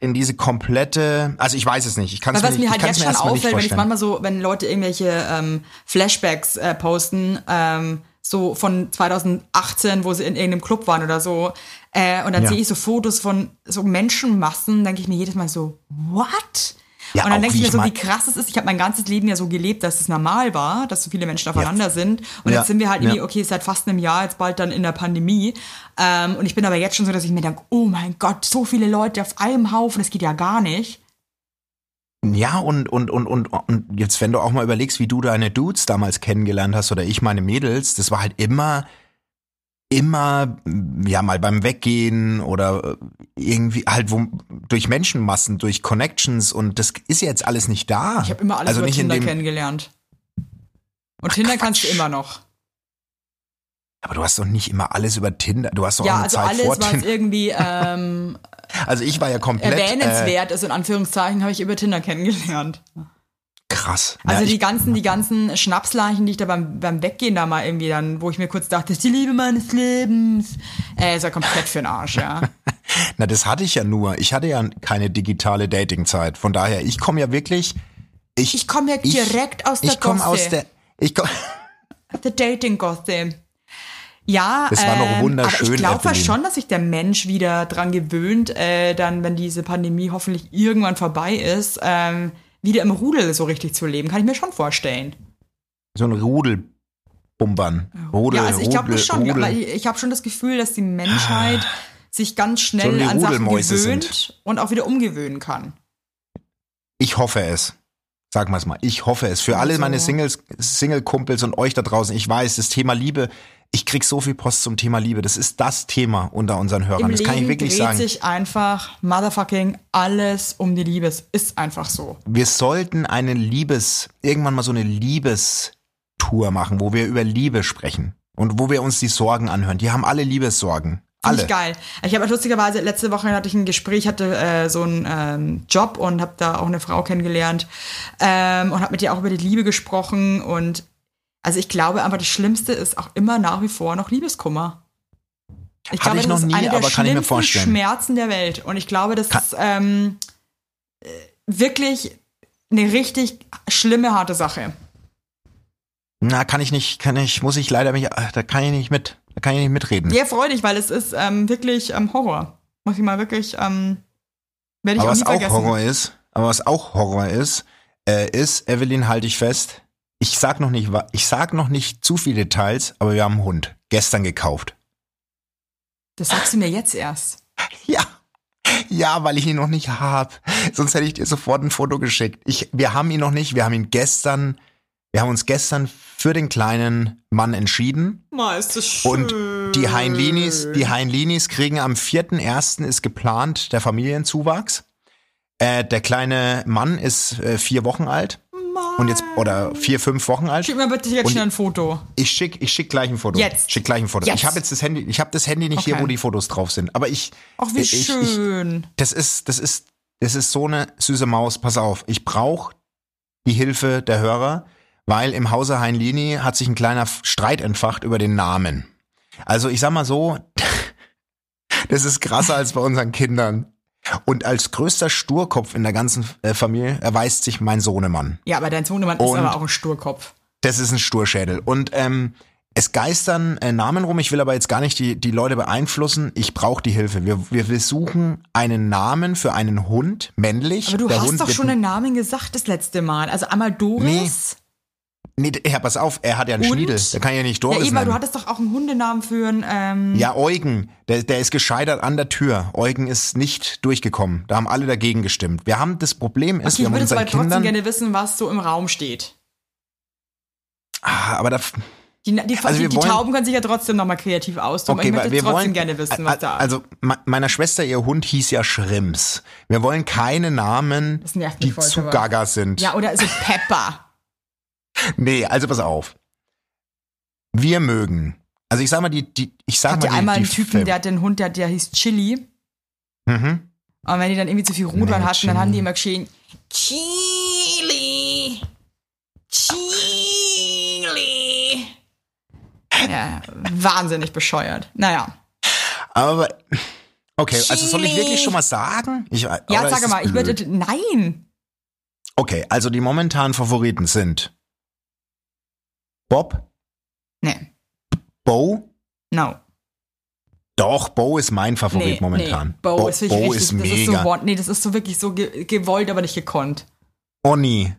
in diese komplette, also ich weiß es nicht, ich kann es mir Was mir nicht, halt ich kann's jetzt mir schon erstmal nicht auffällt, wenn ich vorstellen. manchmal so, wenn Leute irgendwelche Flashbacks posten, so von 2018, wo sie in irgendeinem Club waren oder so, und dann Ja. sehe ich so Fotos von so Menschenmassen, denke ich mir jedes Mal so, what? Ja, Und dann auch denke ich wie mir ich so, mal- wie krass es ist. Ich habe mein ganzes Leben ja so gelebt, dass es normal war, dass so viele Menschen aufeinander sind. Und Ja. jetzt sind wir halt irgendwie, Ja. okay, seit fast einem Jahr, jetzt bald dann in der Pandemie. Und ich bin aber jetzt schon so, dass ich mir denke, oh mein Gott, so viele Leute auf einem Haufen, das geht ja gar nicht. Ja, und jetzt, wenn du auch mal überlegst, wie du deine Dudes damals kennengelernt hast oder ich meine Mädels, das war halt immer, ja, mal beim Weggehen oder irgendwie halt durch Menschenmassen, durch Connections und das ist ja jetzt alles nicht da. Ich habe immer alles also über nicht Tinder in dem, kennengelernt. Und Tinder kannst du immer noch. aber du hast doch nicht immer alles über Tinder, du hast doch auch Ja, eine also Zeit alles, vor was Tinder. irgendwie Also ich war ja komplett erwähnenswert ist, in Anführungszeichen, habe ich über Tinder kennengelernt. krass. Also ja, die ganzen Schnapsleichen, die ich da beim Weggehen da mal irgendwie dann, wo ich mir kurz dachte, das ist die Liebe meines Lebens. Ist ja komplett für den Arsch, ja. Na, das hatte ich ja nur. Ich hatte ja keine digitale Datingzeit. Von daher, ich komme ja wirklich. Ich komme ja direkt aus der Ich komme aus Gosse. der. The Dating Gosse. Ja, Das war noch wunderschön, aber ich glaube Evelyn. schon, dass sich der Mensch wieder dran gewöhnt, dann, wenn diese Pandemie hoffentlich irgendwann vorbei ist, wieder im Rudel so richtig zu leben. Kann ich mir schon vorstellen. So ein Rudelbumbern. Rudel, Ja, also ich glaube Rudel, schon, Rudel. aber ich habe schon das Gefühl, dass die Menschheit sich ganz So schnell wie an Sachen Rudelmäuse gewöhnt sind. und auch wieder umgewöhnen kann. Ich hoffe es. Sagen wir es mal. Ich hoffe es. Für alle Also- meine Single-Kumpels und euch da draußen. Ich weiß, das Thema Liebe. Ich krieg so viel Post zum Thema Liebe. Das ist das Thema unter unseren Hörern. Im Das kann ich Leben wirklich dreht sagen. sich einfach motherfucking alles um die Liebe. Es ist einfach so. Wir sollten irgendwann mal so eine Liebestour machen, wo wir über Liebe sprechen und wo wir uns die Sorgen anhören. Die haben alle Liebessorgen. Finde Alle. ich geil. Ich habe lustigerweise, letzte Woche hatte ich ein Gespräch, hatte so einen Job und habe da auch eine Frau kennengelernt und habe mit ihr auch über die Liebe gesprochen. Und also ich glaube einfach, das Schlimmste ist auch immer nach wie vor noch Liebeskummer. Ich Hatte ich noch das ist nie, eine der aber kann ich mir schlimmsten vorstellen. Schmerzen der Welt. Und ich glaube, das ist wirklich eine richtig schlimme, harte Sache. Na, muss ich leider mich, da kann ich nicht mitreden. Ja, freu dich, weil es ist wirklich Horror. Muss ich mal wirklich, werde ich Aber auch was nie auch vergessen. Horror ist, Evelyn, halte ich fest, ich sag noch nicht zu viele Details, aber wir haben einen Hund. Gestern gekauft. Das sagst du mir jetzt erst. Ja, weil ich ihn noch nicht hab. Sonst hätte ich dir sofort ein Foto geschickt. Wir haben ihn noch nicht, wir haben uns gestern für den kleinen Mann entschieden. Ma, ist das schön. Und die Heinlinis kriegen am 4.1. ist geplant der Familienzuwachs. Der kleine Mann ist 4 Wochen alt. Und jetzt, oder 4, 5 Wochen alt. Schick mir bitte jetzt Und schnell ein Foto. Ich schick gleich ein Foto. Jetzt. Schick gleich ein Foto. Jetzt. Ich habe jetzt das Handy nicht hier, Okay. wo die Fotos drauf sind. Aber Ach, wie schön. das ist so eine süße Maus. Pass auf, ich brauche die Hilfe der Hörer, weil im Hause Heinlini hat sich ein kleiner Streit entfacht über den Namen. Also ich sag mal so, das ist krasser als bei unseren Kindern. Und als größter Sturkopf in der ganzen Familie erweist sich mein Sohnemann. Ja, aber dein Sohnemann ist Und- aber auch ein Sturkopf. Das ist ein Sturschädel. Und es geistern Namen rum. Ich will aber jetzt gar nicht die Leute beeinflussen. Ich brauche die Hilfe. Wir suchen einen Namen für einen Hund, männlich. Aber du Der hast Hund doch wird schon den Namen gesagt das letzte Mal. Also einmal Doris. Nee, ja, pass auf, er hat ja einen Und? Schniedel. Der kann ja nicht Ja, Doris eben, aber du nennen. hattest doch auch einen Hundenamen für einen, Ja, Eugen. Der ist gescheitert an der Tür. Eugen ist nicht durchgekommen. Da haben alle dagegen gestimmt. Wir haben das Problem ist, okay, wir ich haben würde jetzt unseren aber trotzdem Kindern. gerne wissen, was so im Raum steht. Aber da, Die Also wir wollen- Tauben können sich ja trotzdem nochmal kreativ ausdrücken. okay, aber ich weil möchte wir trotzdem wollen gerne wissen, was da Also meiner Schwester, ihr Hund hieß ja Schrimps. Wir wollen keine Namen, Das nervt mich die voll, zu aber- gaga sind. Ja, oder so Pepper. Nee, also pass auf. Wir mögen. Also ich sag mal ich sag Hatte mal einmal einen die Typen, der hat den Hund, der hieß Chili. Mhm. Und wenn die dann irgendwie zu viel Rotwein Nee, hatten, dann haben die Chili. immer geschrien, Chili, Chili. Ja, wahnsinnig bescheuert. Naja. Aber Okay, also soll ich wirklich schon mal sagen? Ja, sag mal, ich würde, nein. Okay, also die momentanen Favoriten sind Bob? Nee. Bo? No. Doch, Bo ist mein Favorit momentan. Nee. Bo ist wirklich richtig, ist mega. Das ist so wirklich so gewollt, aber nicht gekonnt. Onni.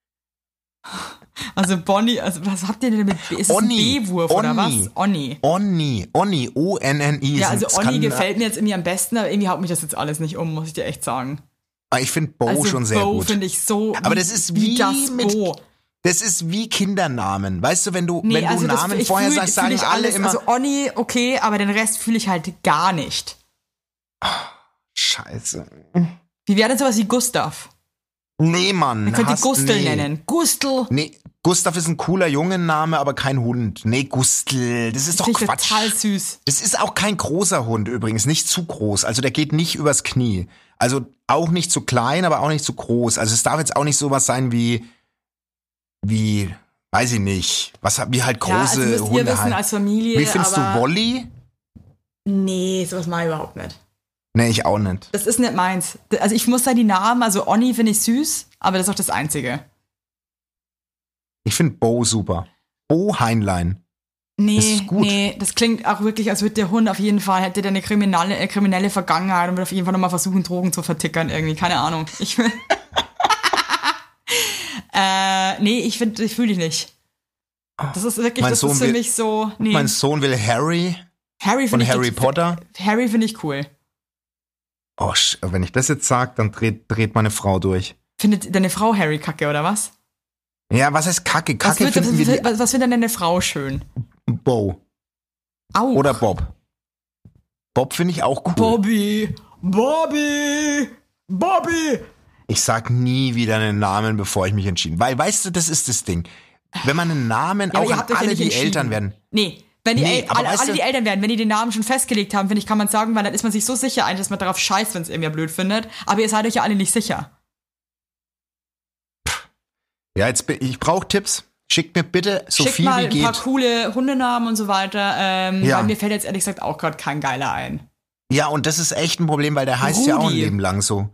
Also Bonnie, also was habt ihr denn mit B? Ist es ein B-Wurf oder was? Onni. Onni, O-N-N-I. Ja, also Onni gefällt mir jetzt irgendwie am besten, aber irgendwie haut mich das jetzt alles nicht um, muss ich dir echt sagen. Ich finde Bo schon sehr Bo gut. finde ich so. Aber das ist wie das mit Bo. Das ist wie Kindernamen. Weißt du, wenn du also Namen vorher sagst, sagen ich alle alles, immer. Also Onni, okay, aber den Rest fühle ich halt gar nicht. Scheiße. Wie wäre denn sowas wie Gustav? Nee, Mann. Man könnte Gustl nennen. Gustl. Nee, Gustav ist ein cooler Jungenname, aber kein Hund. Nee, Gustl. Das ist doch Quatsch. Total süß. Das ist auch kein großer Hund übrigens. Nicht zu groß. Also der geht nicht übers Knie. Also auch nicht zu klein, aber auch nicht zu groß. Also es darf jetzt auch nicht sowas sein wie, weiß ich nicht, wie halt große also müsst Hunde ihr wissen halt. als Familie. Wie findest du Wolli? Nee, sowas mache ich überhaupt nicht. Nee, ich auch nicht. Das ist nicht meins. Also ich muss da die Namen, also Onni finde ich süß, aber das ist auch das Einzige. Ich finde Bo super. Bo Heinlein. Nee, das klingt auch wirklich, als würde der Hund auf jeden Fall, hätte der eine kriminelle Vergangenheit und würde auf jeden Fall nochmal versuchen, Drogen zu vertickern irgendwie, keine Ahnung. Ich fühle dich nicht. Das ist wirklich, das ist für mich so, nee. Mein Sohn will Harry von Harry Potter. Harry finde ich cool. Oh, wenn ich das jetzt sage, dann dreht meine Frau durch. Findet deine Frau Harry kacke, oder was? Ja, was heißt kacke? Was findet denn deine Frau schön? Bo. Auch. Oder Bob. Bob finde ich auch cool. Bobby! Ich sag nie wieder einen Namen, bevor ich mich entschieden. Weil, weißt du, das ist das Ding. Wenn man einen Namen, auch an alle, die Eltern werden. Nee. Wenn die alle die Eltern werden, wenn die den Namen schon festgelegt haben, finde ich, kann man sagen, weil dann ist man sich so sicher eigentlich, dass man darauf scheißt, wenn es irgendwer blöd findet. Aber ihr seid euch ja alle nicht sicher. Ja, ich brauche Tipps. Schickt mir bitte so viel wie geht. Schickt mal ein paar coole Hundenamen und so weiter. Weil mir fällt jetzt ehrlich gesagt auch gerade kein geiler ein. Ja, und das ist echt ein Problem, weil der heißt Rudi. Ja auch ein Leben lang so.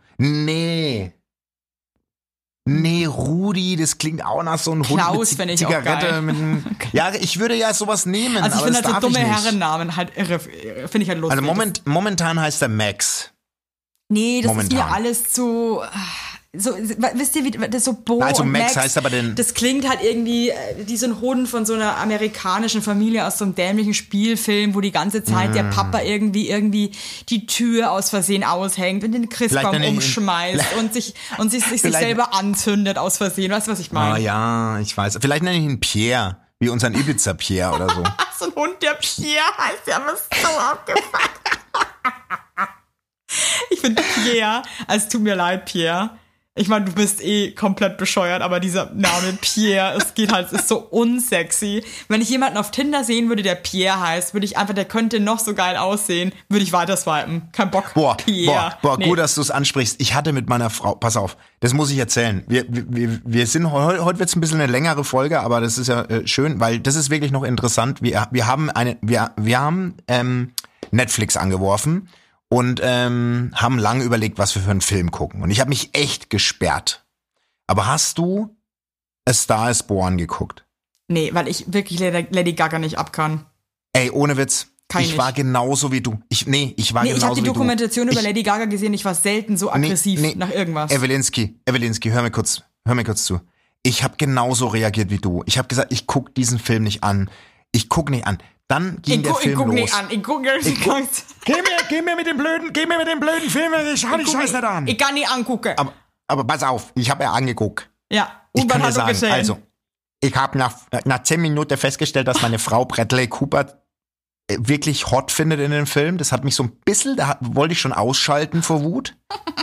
Nee, Rudi, das klingt auch nach so einem Hund Klaus mit Zigarette. Ja, ich würde ja sowas nehmen. Also ich aber finde halt so dumme nicht. Herrennamen halt irre. Finde ich halt lustig. Also momentan heißt er Max. Nee, das momentan. ist mir alles zu... So, wisst ihr, wie das so Bo also und Max heißt aber das klingt halt irgendwie wie so ein Hund von so einer amerikanischen Familie aus so einem dämlichen Spielfilm, wo die ganze Zeit der Papa irgendwie die Tür aus Versehen aushängt und den Christbaum umschmeißt und sich selber anzündet aus Versehen. Weißt du, was ich meine? Oh ja, ich weiß. Vielleicht nenne ich ihn Pierre, wie unseren Ibiza Pierre oder so. So ein Hund, der Pierre heißt, der ist so abgefuckt. Ich finde Pierre, es tut mir leid, Pierre. Ich meine, du bist komplett bescheuert, aber dieser Name Pierre, ist so unsexy. Wenn ich jemanden auf Tinder sehen würde, der Pierre heißt, der könnte noch so geil aussehen, würde ich weiter swipen. Kein Bock. Pierre. Nee. Gut, dass du es ansprichst. Ich hatte mit meiner Frau, pass auf, das muss ich erzählen. Wir sind, heute wird's ein bisschen eine längere Folge, aber das ist ja schön, weil das ist wirklich noch interessant. Wir haben Netflix angeworfen. Und haben lange überlegt, was wir für einen Film gucken. Und ich habe mich echt gesperrt. Aber hast du A Star is Born geguckt? Nee, weil ich wirklich Lady Gaga nicht ab kann. Ey, ohne Witz. Ich war genauso wie du. Ich habe die Dokumentation über Lady Gaga gesehen. Ich war selten so aggressiv nach irgendwas. Evelinski, hör mir kurz zu. Ich habe genauso reagiert wie du. Ich habe gesagt, ich guck diesen Film nicht an. Dann ging der Film los. Ich guck nicht an. Geh mir mit dem blöden Film, ich schau die Scheiße nicht an. Ich kann nicht angucken. Aber pass auf, ich habe ja angeguckt. Ja, ich kann dir sagen, also, ich habe nach 10 Minuten festgestellt, dass meine Frau Bradley Cooper wirklich hot findet in dem Film. Das hat mich so ein bisschen, wollte ich schon ausschalten vor Wut.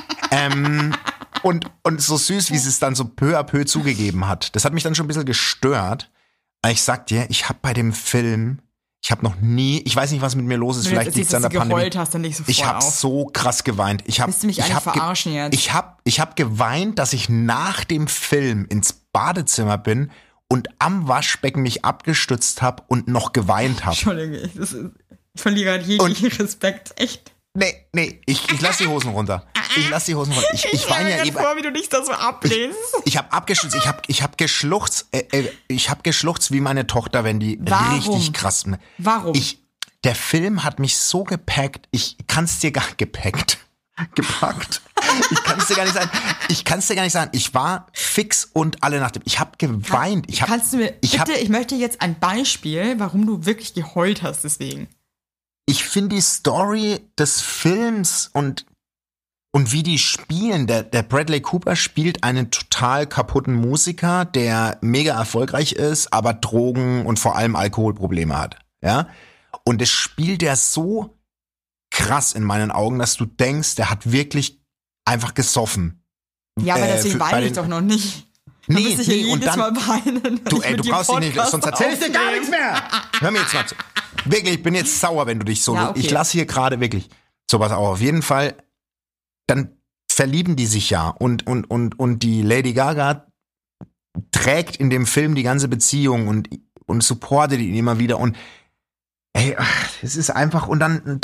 Und so süß, wie sie es dann so peu à peu zugegeben hat. Das hat mich dann schon ein bisschen gestört. Aber ich sag dir, ich habe bei dem Film... Ich weiß nicht, was mit mir los ist. Vielleicht liegt es an der Pandemie. Ich habe so krass geweint. Willst du mich eigentlich verarschen jetzt? Ich hab geweint, dass ich nach dem Film ins Badezimmer bin und am Waschbecken mich abgestützt habe und noch geweint habe. Entschuldigung, ich verliere gerade jeglichen Respekt. Echt. Nee, ich lass die Hosen runter. Ich weine ja eben. vor, wie du dich da so ablehnst. Ich habe abgeschlutzt, ich hab geschluchzt, wie meine Tochter, wenn die richtig krass. Warum? Der Film hat mich so gepackt, ich kann's dir gar gepackt. Gepackt. Ich kann es dir gar nicht sagen. Ich war fix und alle nach dem. Ich habe geweint. Ich möchte jetzt ein Beispiel, warum du wirklich geheult hast deswegen. Ich finde die Story des Films und wie die spielen, der Bradley Cooper spielt einen total kaputten Musiker, der mega erfolgreich ist, aber Drogen und vor allem Alkoholprobleme hat. Ja? Und das spielt er so krass in meinen Augen, dass du denkst, der hat wirklich einfach gesoffen. Ja, aber deswegen weine ich doch noch nicht. Nee, und dann Mal weinen, du brauchst dich nicht, sonst erzähl ich dir gar nichts mehr. Hör mir jetzt mal zu. Wirklich, ich bin jetzt sauer, wenn du dich so... Ja, okay. Ich lasse hier gerade wirklich sowas auch. Auf jeden Fall, dann verlieben die sich ja. Und die Lady Gaga trägt in dem Film die ganze Beziehung und supportet ihn immer wieder. Und ey, es ist einfach... Und dann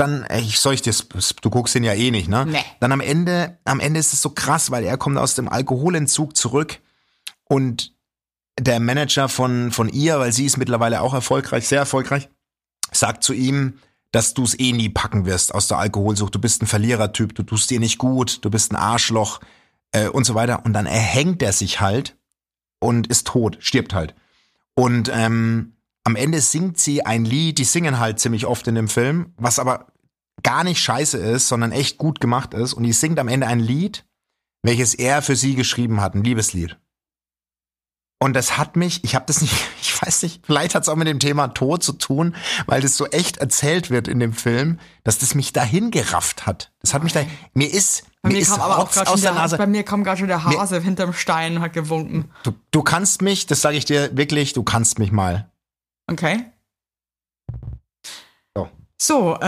du guckst ihn ja eh nicht, ne? Nee. Dann am Ende ist es so krass, weil er kommt aus dem Alkoholentzug zurück und der Manager von ihr, weil sie ist mittlerweile auch erfolgreich, sehr erfolgreich, sagt zu ihm, dass du es eh nie packen wirst aus der Alkoholsucht. Du bist ein Verlierertyp, du tust dir nicht gut, du bist ein Arschloch und so weiter. Und dann erhängt er sich halt und ist tot, stirbt halt. Und am Ende singt sie ein Lied, die singen halt ziemlich oft in dem Film, was aber gar nicht scheiße ist, sondern echt gut gemacht ist. Und die singt am Ende ein Lied, welches er für sie geschrieben hat, ein Liebeslied. Und das hat mich, ich weiß nicht, vielleicht hat es auch mit dem Thema Tod zu tun, weil das so echt erzählt wird in dem Film, dass das mich dahin gerafft hat. Das hat mich da, Bei mir kam gerade schon der Hase hinterm Stein und hat gewunken. Du kannst mich, das sage ich dir wirklich, du kannst mich mal. Okay. So,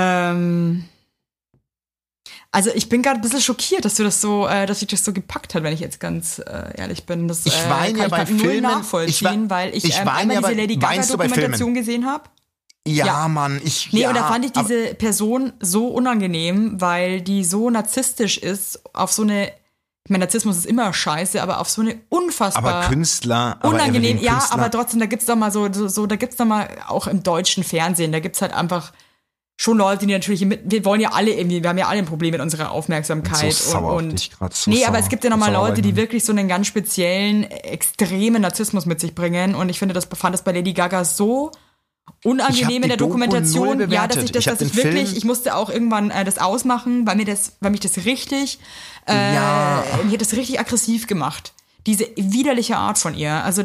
also ich bin gerade ein bisschen schockiert, dass sich das so gepackt hat, wenn ich jetzt ganz ehrlich bin. Das ich weine ja bei Filmen nachvollziehen, weil ich einmal diese Lady Gaga-Dokumentation gesehen habe. Ja, Mann, und da fand ich diese Person so unangenehm, weil die so narzisstisch ist, auf so eine, ich meine, Narzissmus ist immer scheiße, aber auf so eine unfassbar unangenehm, aber trotzdem, da gibt's doch mal da gibt's doch mal auch im deutschen Fernsehen, da gibt's halt einfach schon Leute, die natürlich wir wollen ja alle irgendwie, wir haben ja alle ein Problem mit unserer Aufmerksamkeit. So sauer auf dich grad, aber es gibt ja nochmal Leute, die wirklich so einen ganz speziellen, extremen Narzissmus mit sich bringen. Und ich finde, fand das bei Lady Gaga so unangenehm in der Dokumentation. Ja, dass ich musste auch irgendwann das ausmachen, weil mich das richtig, mir hat das richtig aggressiv gemacht. Diese widerliche Art von ihr. Also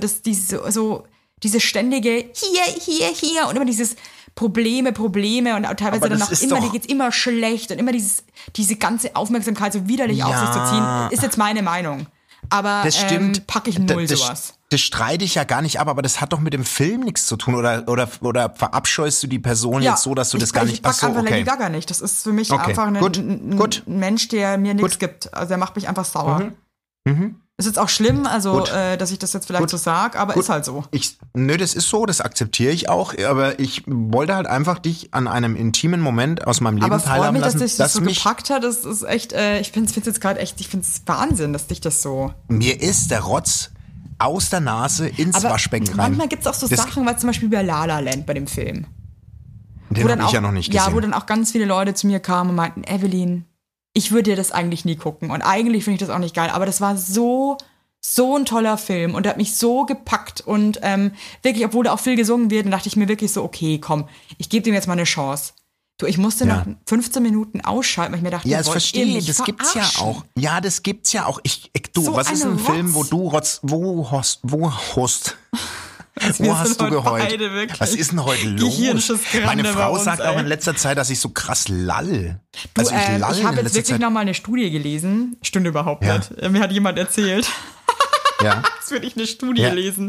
diese ständige hier und immer dieses Probleme und teilweise aber dann auch immer, dir geht's immer schlecht und immer diese ganze Aufmerksamkeit so widerlich auf sich zu ziehen, ist jetzt meine Meinung. Aber das stimmt, packe ich null sowas. Das streite ich ja gar nicht ab, aber das hat doch mit dem Film nichts zu tun. Oder verabscheust du die Person jetzt so, dass du das gar nicht... Ich pack einfach Lady Gaga nicht. Das ist für mich einfach ein Mensch, der mir nichts gibt. Also der macht mich einfach sauer. Ist jetzt auch schlimm, dass ich das jetzt vielleicht so sage, aber ist halt so. Das ist so, das akzeptiere ich auch, aber ich wollte halt einfach dich an einem intimen Moment aus meinem Leben teilhaben lassen. Dass dich das so gepackt hat, das ist echt, ich finde es jetzt gerade echt, ich finde es Wahnsinn, dass dich das so... Mir ist der Rotz aus der Nase ins Waschbecken rein. Manchmal gibt es auch so Sachen, weil zum Beispiel bei La La Land bei dem Film. Den habe ich ja noch nicht gesehen. Ja, wo dann auch ganz viele Leute zu mir kamen und meinten, Evelyn, ich würde dir das eigentlich nie gucken. Und eigentlich finde ich das auch nicht geil. Aber das war so ein toller Film. Und der hat mich so gepackt. Und wirklich, obwohl da auch viel gesungen wird, dann dachte ich mir wirklich so, okay, komm, ich gebe dem jetzt mal eine Chance. Du, ich musste nach 15 Minsten ausschalten, weil ich mir dachte, das verstehe ich, das gibt's ja auch. Ja, das gibt's ja auch. Was ist ein Film, wo du wo hast du geheult? Was ist denn heute los? Meine Frau sagt auch in letzter Zeit, dass ich so krass lall. Ich habe jetzt wirklich nochmal eine Studie gelesen. Stimmt überhaupt nicht. Mir hat jemand erzählt. Ja. Jetzt würde ich eine Studie lesen.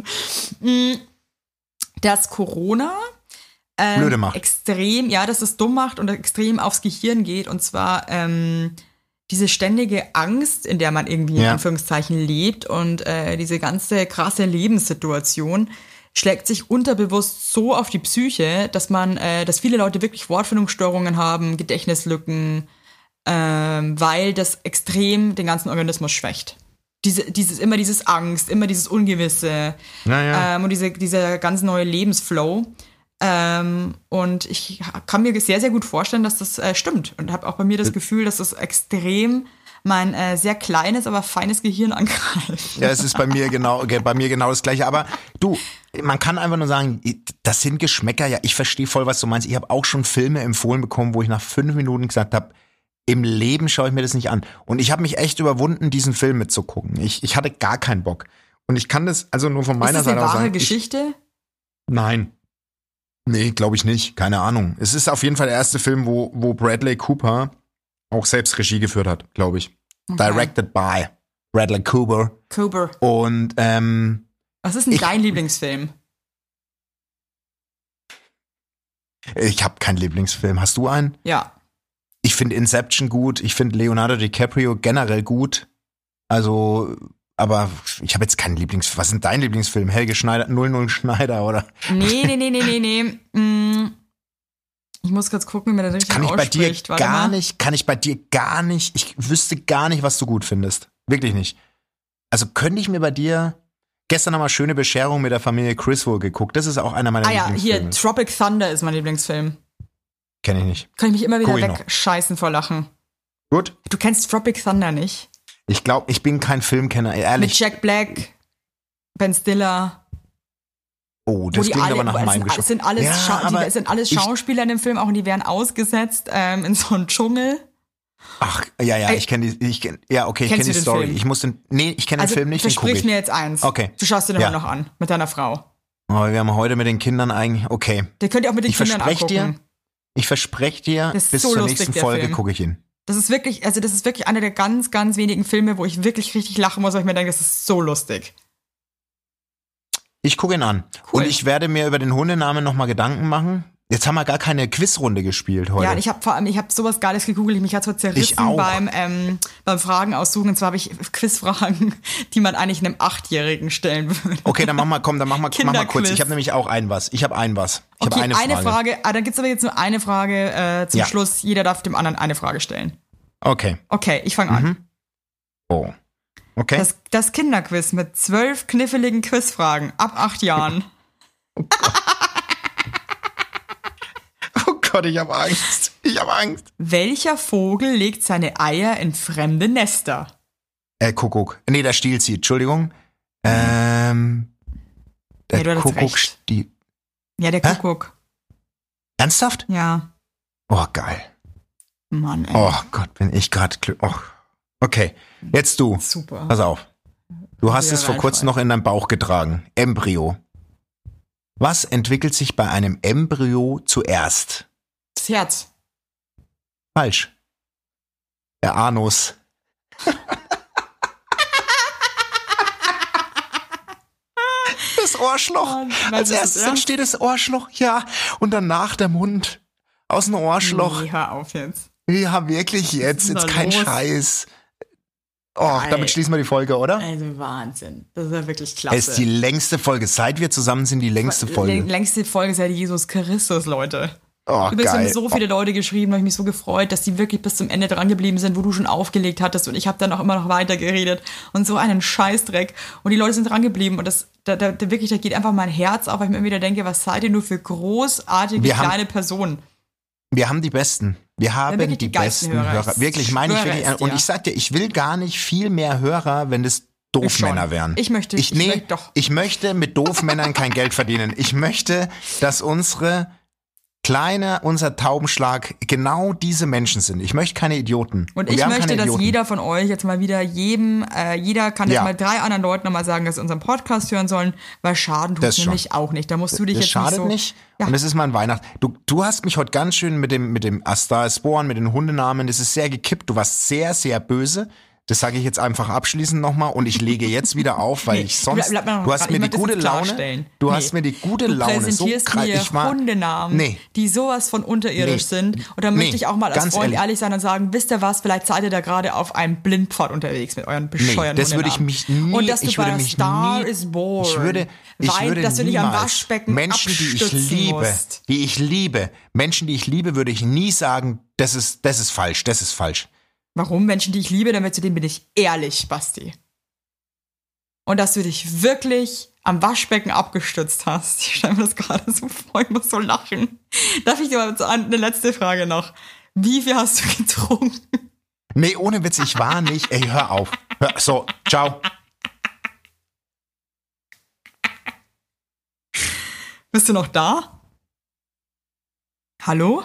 Dass Corona blöde macht. Extrem, dass es dumm macht und extrem aufs Gehirn geht. Und zwar diese ständige Angst, in der man irgendwie in Anführungszeichen lebt und diese ganze krasse Lebenssituation schlägt sich unterbewusst so auf die Psyche, dass viele Leute wirklich Wortfindungsstörungen haben, Gedächtnislücken, weil das extrem den ganzen Organismus schwächt. Dieses Angst, immer dieses Ungewisse und dieser ganz neue Lebensflow. Und ich kann mir sehr, sehr gut vorstellen, dass das stimmt. Und habe auch bei mir das Gefühl, dass das extrem mein sehr kleines, aber feines Gehirn angreift. Ja, es ist bei mir genau das Gleiche. Aber du, man kann einfach nur sagen, das sind Geschmäcker. Ja, ich verstehe voll, was du meinst. Ich habe auch schon Filme empfohlen bekommen, wo ich nach 5 Minuten gesagt habe, im Leben schaue ich mir das nicht an. Und ich habe mich echt überwunden, diesen Film mitzugucken. Ich hatte gar keinen Bock. Und ich kann das also nur von meiner Seite aus sagen. Ist das eine wahre Geschichte? Nein. Nee, glaube ich nicht. Keine Ahnung. Es ist auf jeden Fall der erste Film, wo Bradley Cooper auch selbst Regie geführt hat, glaube ich. Okay. Directed by Bradley Cooper. Und was ist denn dein Lieblingsfilm? Ich habe keinen Lieblingsfilm. Hast du einen? Ja. Ich finde Inception gut. Ich finde Leonardo DiCaprio generell gut. Also, aber ich habe jetzt keinen Lieblingsfilm. Was ist denn dein Lieblingsfilm? Helge Schneider, 00 Schneider, oder? Nee. Ich muss kurz gucken, wie man das richtig ausspricht. Kann ich bei dir gar nicht. Ich wüsste gar nicht, was du gut findest. Wirklich nicht. Also könnte ich mir bei dir. Gestern haben wir Schöne Bescherung mit der Familie Criswell geguckt. Das ist auch einer meiner Lieblingsfilme. Hier, Tropic Thunder ist mein Lieblingsfilm. Kenn ich nicht. Kann ich mich immer wieder wegscheißen vor Lachen. Gut. Du kennst Tropic Thunder nicht? Ich glaube, ich bin kein Filmkenner, ehrlich. Mit Jack Black, Ben Stiller. Oh, das klingt aber nach meinem Geschmack. Es sind alles Schauspieler in dem Film auch und die werden ausgesetzt in so einen Dschungel. Ach, ja, ich kenne die Story. Film? Ich kenne den Film nicht. Versprich mir jetzt eins. Okay. Du schaust den immer noch an, mit deiner Frau. Aber wir haben heute mit den Kindern eigentlich, okay. Der könnt ihr auch mit den Kindern angucken. Ich verspreche dir, bis zur nächsten Folge gucke ich ihn. Das ist wirklich einer der ganz, ganz wenigen Filme, wo ich wirklich richtig lachen muss, weil ich mir denke, das ist so lustig. Ich gucke ihn an. Cool. Und ich werde mir über den Hundenamen nochmal Gedanken machen. Jetzt haben wir gar keine Quizrunde gespielt heute. Ja, und ich habe sowas Geiles gegoogelt. Mich hat's so zerrissen beim Fragen aussuchen. Und zwar habe ich Quizfragen, die man eigentlich einem 8-Jährigen stellen würde. Okay, dann mach mal kurz. Ich habe nämlich auch was. Ich habe eine Frage. Dann gibt's aber jetzt nur eine Frage zum Schluss. Jeder darf dem anderen eine Frage stellen. Okay. Okay, ich fange an. Oh. Okay. Das Kinderquiz mit 12 kniffligen Quizfragen ab 8 Jahren. Oh Gott, ich habe Angst. Welcher Vogel legt seine Eier in fremde Nester? Kuckuck. Nee, der Stielzieht. Entschuldigung. Der Kuckuck. Ja, der Kuckuck. Ernsthaft? Ja. Oh, geil. Mann, ey. Oh Gott, bin ich gerade glücklich. Oh. Okay, jetzt du. Super. Pass auf. Du hast es vor kurzem noch in deinem Bauch getragen. Embryo. Was entwickelt sich bei einem Embryo zuerst? Das Herz. Falsch. Der Anus. Das Ohrschloch. Als erstes entsteht das Ohrschloch, ja. Und danach der Mund. Aus dem Ohrschloch. Nee, hör auf jetzt. Ja, wirklich jetzt. Jetzt kein Scheiß. Oh, damit schließen wir die Folge, oder? Also Wahnsinn. Das ist ja wirklich klasse. Es ist die längste Folge. Seit wir zusammen sind, die längste Folge. Die längste Folge seit Jesus Christus, Leute. Oh, Übrigens geil. haben so viele Leute geschrieben, habe ich mich so gefreut, dass die wirklich bis zum Ende dran geblieben sind, wo du schon aufgelegt hattest und ich habe dann auch immer noch weiter geredet und so einen Scheißdreck und die Leute sind dran geblieben und da geht einfach mein Herz auf, weil ich mir immer wieder denke, was seid ihr nur für großartige kleine Personen? Wir haben die Besten. Wir haben die besten Hörer. Wirklich, meine ich wirklich. Und ich sag dir, ich will gar nicht viel mehr Hörer, wenn das Doofmänner wären. Ich möchte mit Doofmännern kein Geld verdienen. Ich möchte, dass unser Taubenschlag genau diese Menschen sind. Ich möchte keine Idioten. Und ich möchte, dass jeder von euch jetzt mal wieder jeder kann jetzt mal 3 anderen Leuten nochmal sagen, dass sie unseren Podcast hören sollen, weil Schaden tut nämlich auch nicht. Da musst du dich das jetzt schadet nicht so... nicht. Ja. Und es ist mal ein Weihnachten. Du hast mich heute ganz schön mit dem Astaesporen, mit den Hundenamen, das ist sehr gekippt. Du warst sehr, sehr böse. Das sage ich jetzt einfach abschließend nochmal und ich lege jetzt wieder auf, weil ich sonst, du hast mir die gute Laune, du präsentierst mir Hundenamen, die sowas von unterirdisch sind und dann möchte ich auch mal als Freund ehrlich sein und sagen, wisst ihr was, vielleicht seid ihr da gerade auf einem Blindpfad unterwegs mit euren bescheuerten das würde ich mich nie, und dass du bei Star is Born dass du nicht am Waschbecken Menschen, die ich liebe, würde ich nie sagen, das ist falsch. Warum? Menschen, die ich liebe, damit zu denen bin ich ehrlich, Basti. Und dass du dich wirklich am Waschbecken abgestützt hast. Ich stelle mir das gerade so vor, ich muss so lachen. Darf ich dir mal eine letzte Frage noch? Wie viel hast du getrunken? Nee, ohne Witz, ich war nicht. Ey, hör auf. So, ciao. Bist du noch da? Hallo?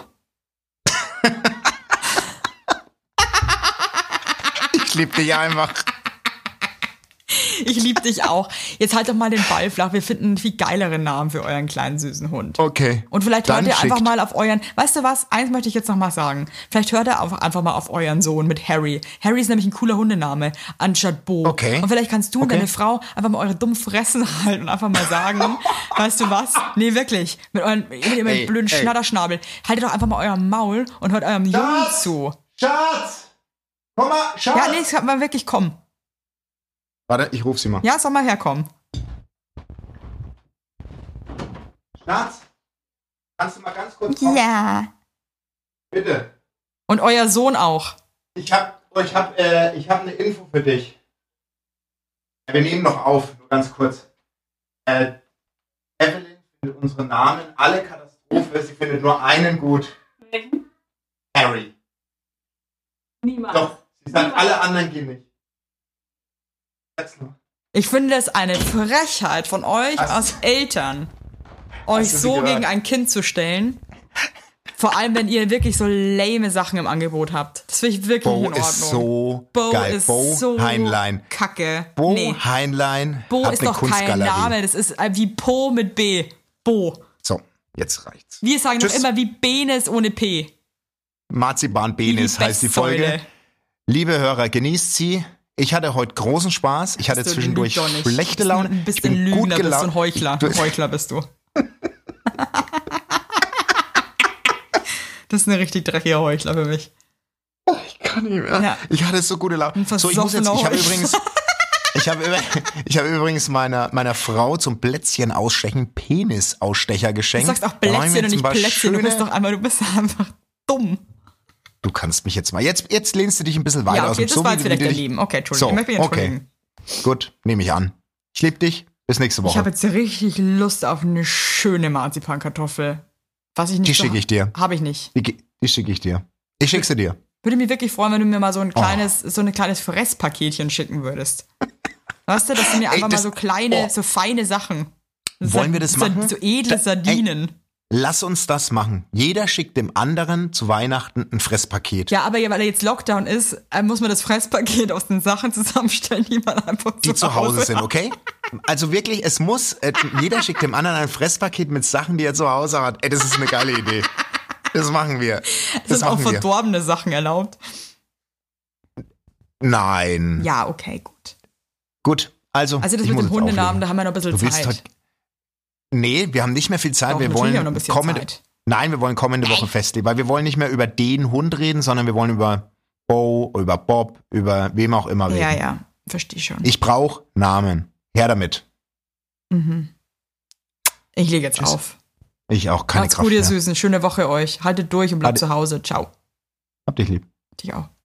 Ich lieb dich einfach. Ich liebe dich auch. Jetzt halt doch mal den Ball flach. Wir finden einen viel geileren Namen für euren kleinen süßen Hund. Okay. Und vielleicht hört Dann ihr einfach schickt. mal auf euren, weißt du was, eins möchte ich jetzt noch mal sagen. Vielleicht hört ihr einfach mal auf euren Sohn mit Harry. Harry ist nämlich ein cooler Hundename, anstatt Bo. Okay. Und vielleicht kannst du und Okay. deine Frau einfach mal eure dummen Fressen halten und einfach mal sagen, weißt du was? Nee, wirklich. Mit eurem Ey, blöden ey. Schnatterschnabel. Haltet doch einfach mal euer Maul und hört eurem Jungen Schatz! zu. Schatz! Komm mal, Schatz! Ja, nee, es kann mal wirklich kommen. Warte, ich ruf sie mal. Ja, soll mal herkommen. Schatz? Kannst du mal ganz kurz kommen? Ja. Bitte. Und euer Sohn auch. Ich hab eine Info für dich. Wir nehmen noch auf, nur ganz kurz. Evelyn findet unsere Namen alle Katastrophe. Sie findet nur einen gut. Welchen? Harry. Niemals. Doch, sie sagt, alle anderen gehen nicht. Jetzt noch. Ich finde es eine Frechheit von euch Hast- als Eltern, euch du sie so gehört? gegen ein Kind zu stellen. Vor allem, wenn ihr wirklich so lame Sachen im Angebot habt. Das finde ich wirklich Bo nicht in Ordnung. ist so Bo geil. ist Bo so Heinlein. kacke. Bo Nee. Heinlein Bo hat ist eine doch kein Kunstgalerie. Name. Das ist wie Po mit B. Bo. So, jetzt reicht's. Wir sagen doch Tschüss. immer wie Benes ohne P. Marzipan Wie Benis heißt die Bestsäule. Folge. Liebe Hörer, genießt sie. Ich hatte heute großen Spaß. Ich hatte Du zwischendurch lügst doch nicht. schlechte Du Laune. bist Ich ein bisschen bin gut Lügner, bist du gelaunt. ein Heuchler. Du- Ein Heuchler bist du. Das ist ein richtig dreckiger Heuchler für mich. Ich kann nicht mehr. Ja. Ich hatte so gute Laune. Ein So, ich habe versoffener übrigens, ich habe übrigens meiner Frau zum Plätzchen ausstechen Penisausstecher Du geschenkt. sagst auch Da machen wir Plätzchen und jetzt nicht ein paar Plätzchen. Du bist schöne- doch einmal, du bist einfach dumm. Du kannst mich jetzt mal. Jetzt lehnst du dich ein bisschen weiter Ja, aus okay, dem das so war wie jetzt du vielleicht dich- daneben. Okay, Entschuldigung. So, Ich möchte mich entschuldigen. Gut, nehme ich an. Ich liebe dich. Bis nächste Ich Woche. habe jetzt richtig Lust auf eine schöne Marzipankartoffel. Was ich nicht Die schicke ich dir. Habe ich nicht. Die schicke ich dir. Ich schicke sie dir. Würde mich wirklich freuen, wenn du mir mal so ein Oh. kleines Fresspaketchen schicken würdest. Weißt du, das sind mir Ey, einfach mal das- so kleine, oh. so feine Sachen. Wollen wir das machen? So edle Sardinen. Lass uns das machen. Jeder schickt dem anderen zu Weihnachten ein Fresspaket. Ja, aber weil jetzt Lockdown ist, muss man das Fresspaket aus den Sachen zusammenstellen, die man einfach Die zu Hause sind, hat. okay? Also wirklich, es muss, jeder schickt dem anderen ein Fresspaket mit Sachen, die er zu Hause hat. Ey, das ist eine geile Idee. Das machen wir. Das Sind auch machen wir. verdorbene Sachen erlaubt. Nein. Ja, okay, gut. Gut, also Also das ich mit muss dem jetzt Hundenamen, auflegen. da haben wir noch ein bisschen Du willst Zeit. heute- Nee, wir haben nicht mehr viel Zeit. Doch, wir natürlich wollen haben wir noch ein bisschen kommende, Zeit. Nein, wir wollen kommende Woche festlegen, weil wir wollen nicht mehr über den Hund reden, sondern wir wollen über Bo, über Bob, über wem auch immer reden. Ja, ja, verstehe schon. Ich brauche Namen. Her damit. Ich lege jetzt Tschüss. auf. Ich auch keine Macht's Kraft gut, ihr mehr. Süßen. Schöne Woche euch. Haltet durch und bleibt Ade. zu Hause. Ciao. Hab dich lieb. Dich auch.